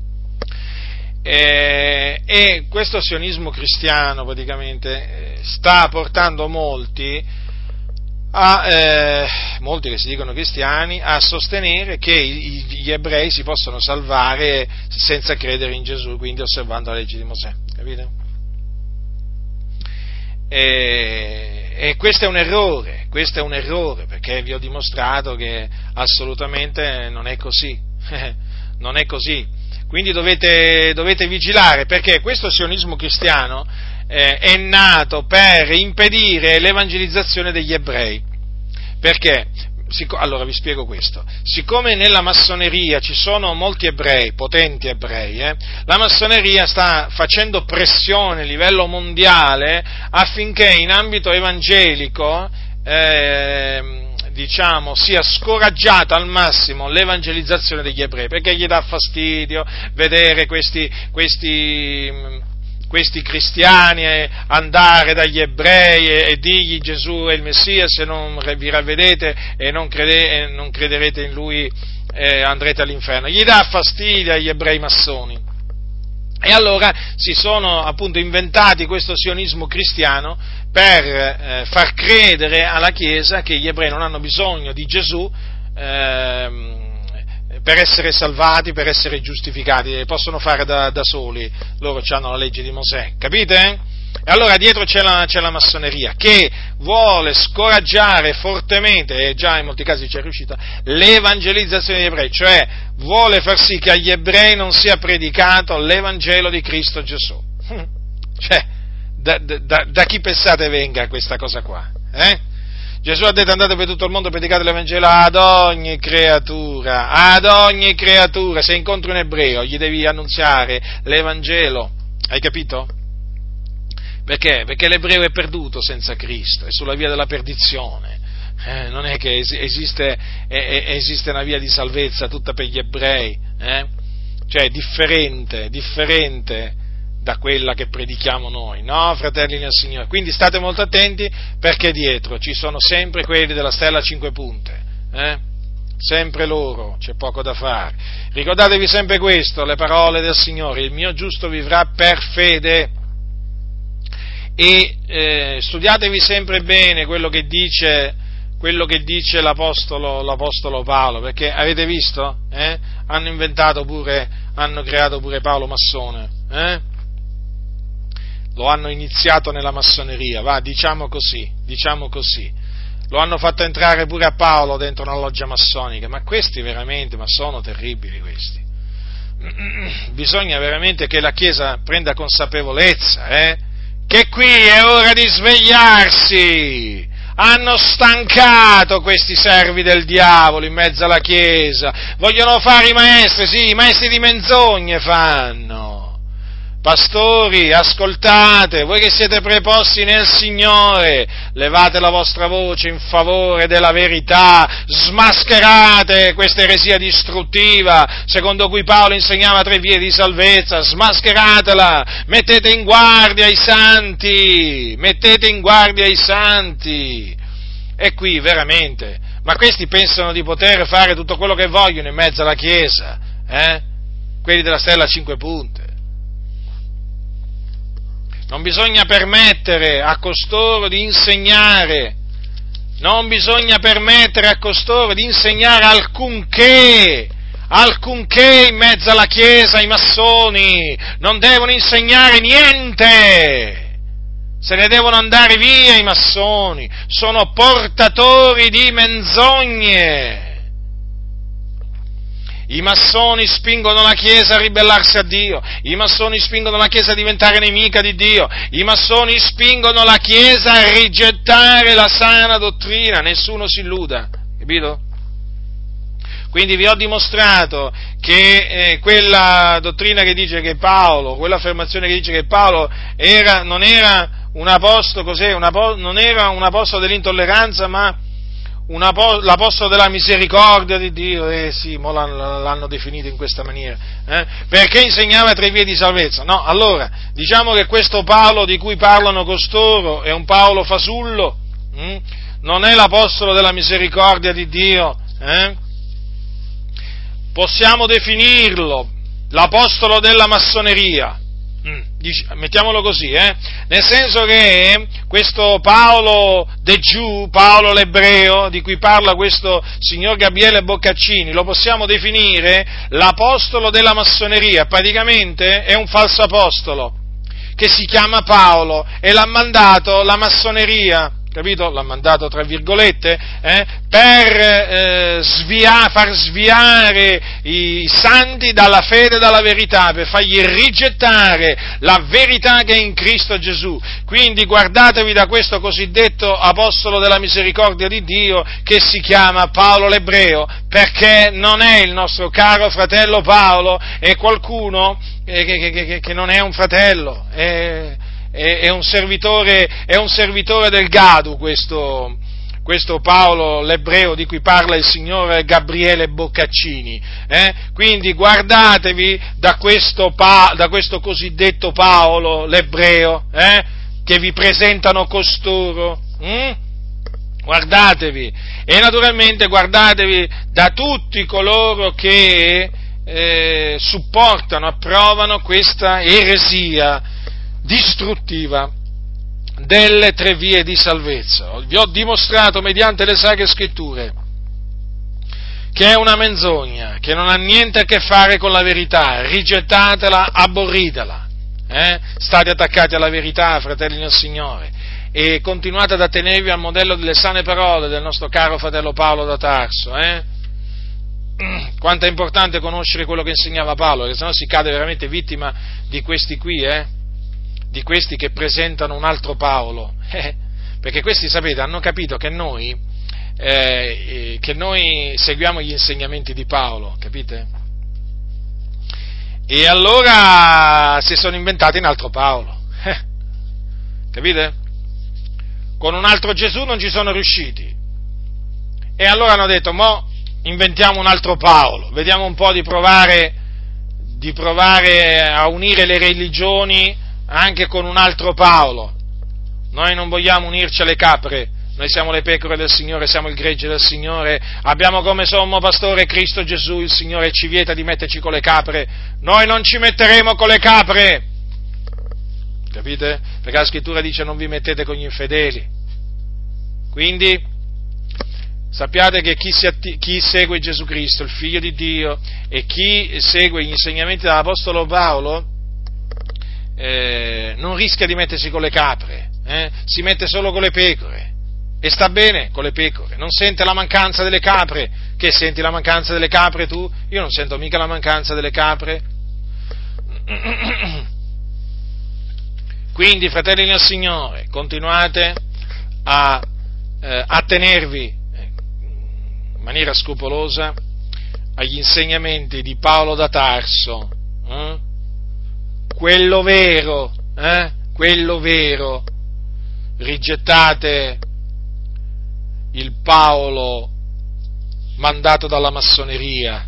S1: e questo sionismo cristiano praticamente sta portando molti molti che si dicono cristiani, a sostenere che gli ebrei si possono salvare senza credere in Gesù, quindi osservando la legge di Mosè, capite? E questo è un errore, perché vi ho dimostrato che assolutamente non è così, non è così. Quindi dovete vigilare, perché questo sionismo cristiano è nato per impedire l'evangelizzazione degli ebrei. Perché? Allora vi spiego questo. Siccome nella massoneria ci sono molti ebrei, potenti ebrei, la massoneria sta facendo pressione a livello mondiale affinché in ambito evangelico sia scoraggiata al massimo l'evangelizzazione degli ebrei, perché gli dà fastidio vedere questi cristiani andare dagli ebrei e dirgli Gesù è il Messia, se non vi ravvedete e non crederete in lui andrete all'inferno. Gli dà fastidio agli ebrei massoni. E allora si sono appunto inventati questo sionismo cristiano per far credere alla Chiesa che gli ebrei non hanno bisogno di Gesù per essere salvati, per essere giustificati, possono fare da soli, loro hanno la legge di Mosè, capite? E allora dietro c'è la massoneria che vuole scoraggiare fortemente, e già in molti casi ci è riuscita, l'evangelizzazione degli ebrei, cioè vuole far sì che agli ebrei non sia predicato l'Evangelo di Cristo Gesù. Cioè, da chi pensate venga questa cosa qua? Gesù ha detto andate per tutto il mondo e predicate l'Evangelo ad ogni creatura, se incontri un ebreo gli devi annunziare l'Evangelo, hai capito? Perché? Perché l'ebreo è perduto senza Cristo, è sulla via della perdizione, non è che esiste una via di salvezza tutta per gli ebrei, cioè differente da quella che predichiamo noi, no, fratelli nel Signore? Quindi state molto attenti, perché dietro ci sono sempre quelli della stella a 5 punte, sempre loro, c'è poco da fare. Ricordatevi sempre questo, le parole del Signore: il mio giusto vivrà per fede. E studiatevi sempre bene quello che dice l'apostolo Paolo, perché avete visto? Hanno creato pure Paolo massone, lo hanno iniziato nella massoneria, diciamo così, lo hanno fatto entrare pure a Paolo dentro una loggia massonica, ma questi veramente, ma sono terribili questi. Bisogna veramente che la Chiesa prenda consapevolezza, che qui è ora di svegliarsi. Hanno stancato questi servi del diavolo in mezzo alla Chiesa, vogliono fare i maestri di menzogne fanno. Pastori, ascoltate, voi che siete preposti nel Signore, levate la vostra voce in favore della verità, smascherate questa eresia distruttiva, secondo cui Paolo insegnava 3 vie di salvezza, smascheratela, mettete in guardia i santi, e qui veramente, ma questi pensano di poter fare tutto quello che vogliono in mezzo alla Chiesa, quelli della stella a 5 punte. Non bisogna permettere a costoro di insegnare, alcunché in mezzo alla Chiesa, i massoni, non devono insegnare niente, se ne devono andare via i massoni, sono portatori di menzogne. I massoni spingono la Chiesa a ribellarsi a Dio, i massoni spingono la Chiesa a diventare nemica di Dio, i massoni spingono la Chiesa a rigettare la sana dottrina, nessuno si illuda, capito? Quindi vi ho dimostrato che quella dottrina che dice che Paolo, quell'affermazione che dice che Paolo non era un apostolo, non era un apostolo dell'intolleranza, ma l'apostolo della misericordia di Dio, sì, mo l'hanno definito in questa maniera, perché insegnava 3 vie di salvezza. No, allora, diciamo che questo Paolo di cui parlano costoro è un Paolo fasullo, non è l'apostolo della misericordia di Dio, possiamo definirlo l'apostolo della massoneria, Mettiamolo così, nel senso che questo Paolo de Giù, Paolo l'ebreo, di cui parla questo signor Gabriele Boccaccini, lo possiamo definire l'apostolo della massoneria. Praticamente è un falso apostolo che si chiama Paolo e l'ha mandato la massoneria, capito? L'ha mandato tra virgolette, per far sviare i santi dalla fede e dalla verità, per fargli rigettare la verità che è in Cristo Gesù. Quindi guardatevi da questo cosiddetto apostolo della misericordia di Dio che si chiama Paolo l'ebreo, perché non è il nostro caro fratello Paolo, è qualcuno che non è un fratello, è un servitore del Gadu, questo Paolo l'ebreo di cui parla il signor Gabriele Boccaccini. Quindi guardatevi da questo cosiddetto Paolo l'ebreo, che vi presentano costoro. Guardatevi, e naturalmente guardatevi da tutti coloro che supportano, approvano questa eresia distruttiva delle tre vie di salvezza. Vi ho dimostrato mediante le Sacre Scritture che è una menzogna, che non ha niente a che fare con la verità. Rigettatela, aborritela. State attaccati alla verità, fratelli nel Signore, e continuate ad attenervi al modello delle sane parole del nostro caro fratello Paolo da Tarso. Quanto è importante conoscere quello che insegnava Paolo, perché sennò si cade veramente vittima di questi qui, di questi che presentano un altro Paolo, perché questi, sapete, hanno capito che noi seguiamo gli insegnamenti di Paolo, capite? E allora si sono inventati un altro Paolo, capite? Con un altro Gesù non ci sono riusciti, e allora hanno detto: mo inventiamo un altro Paolo, vediamo un po' di provare a unire le religioni anche con un altro Paolo. Noi non vogliamo unirci alle capre, noi siamo le pecore del Signore, siamo il gregge del Signore, abbiamo come sommo pastore Cristo Gesù, il Signore ci vieta di metterci con le capre, noi non ci metteremo con le capre, capite? Perché la Scrittura dice: non vi mettete con gli infedeli. Quindi sappiate che chi segue Gesù Cristo, il Figlio di Dio, e chi segue gli insegnamenti dell'Apostolo Paolo, non rischia di mettersi con le capre, si mette solo con le pecore, e sta bene con le pecore, non sente la mancanza delle capre. Che senti la mancanza delle capre tu? Io non sento mica la mancanza delle capre. Quindi, fratelli nel Signore, continuate a attenervi in maniera scrupolosa agli insegnamenti di Paolo da Tarso, quello vero, rigettate il Paolo mandato dalla massoneria,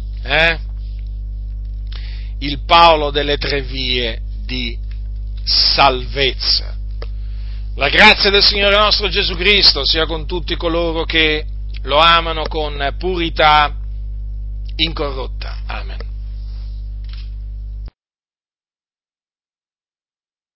S1: il Paolo delle tre vie di salvezza. La grazia del Signore nostro Gesù Cristo sia con tutti coloro che lo amano con purità incorrotta. Amen.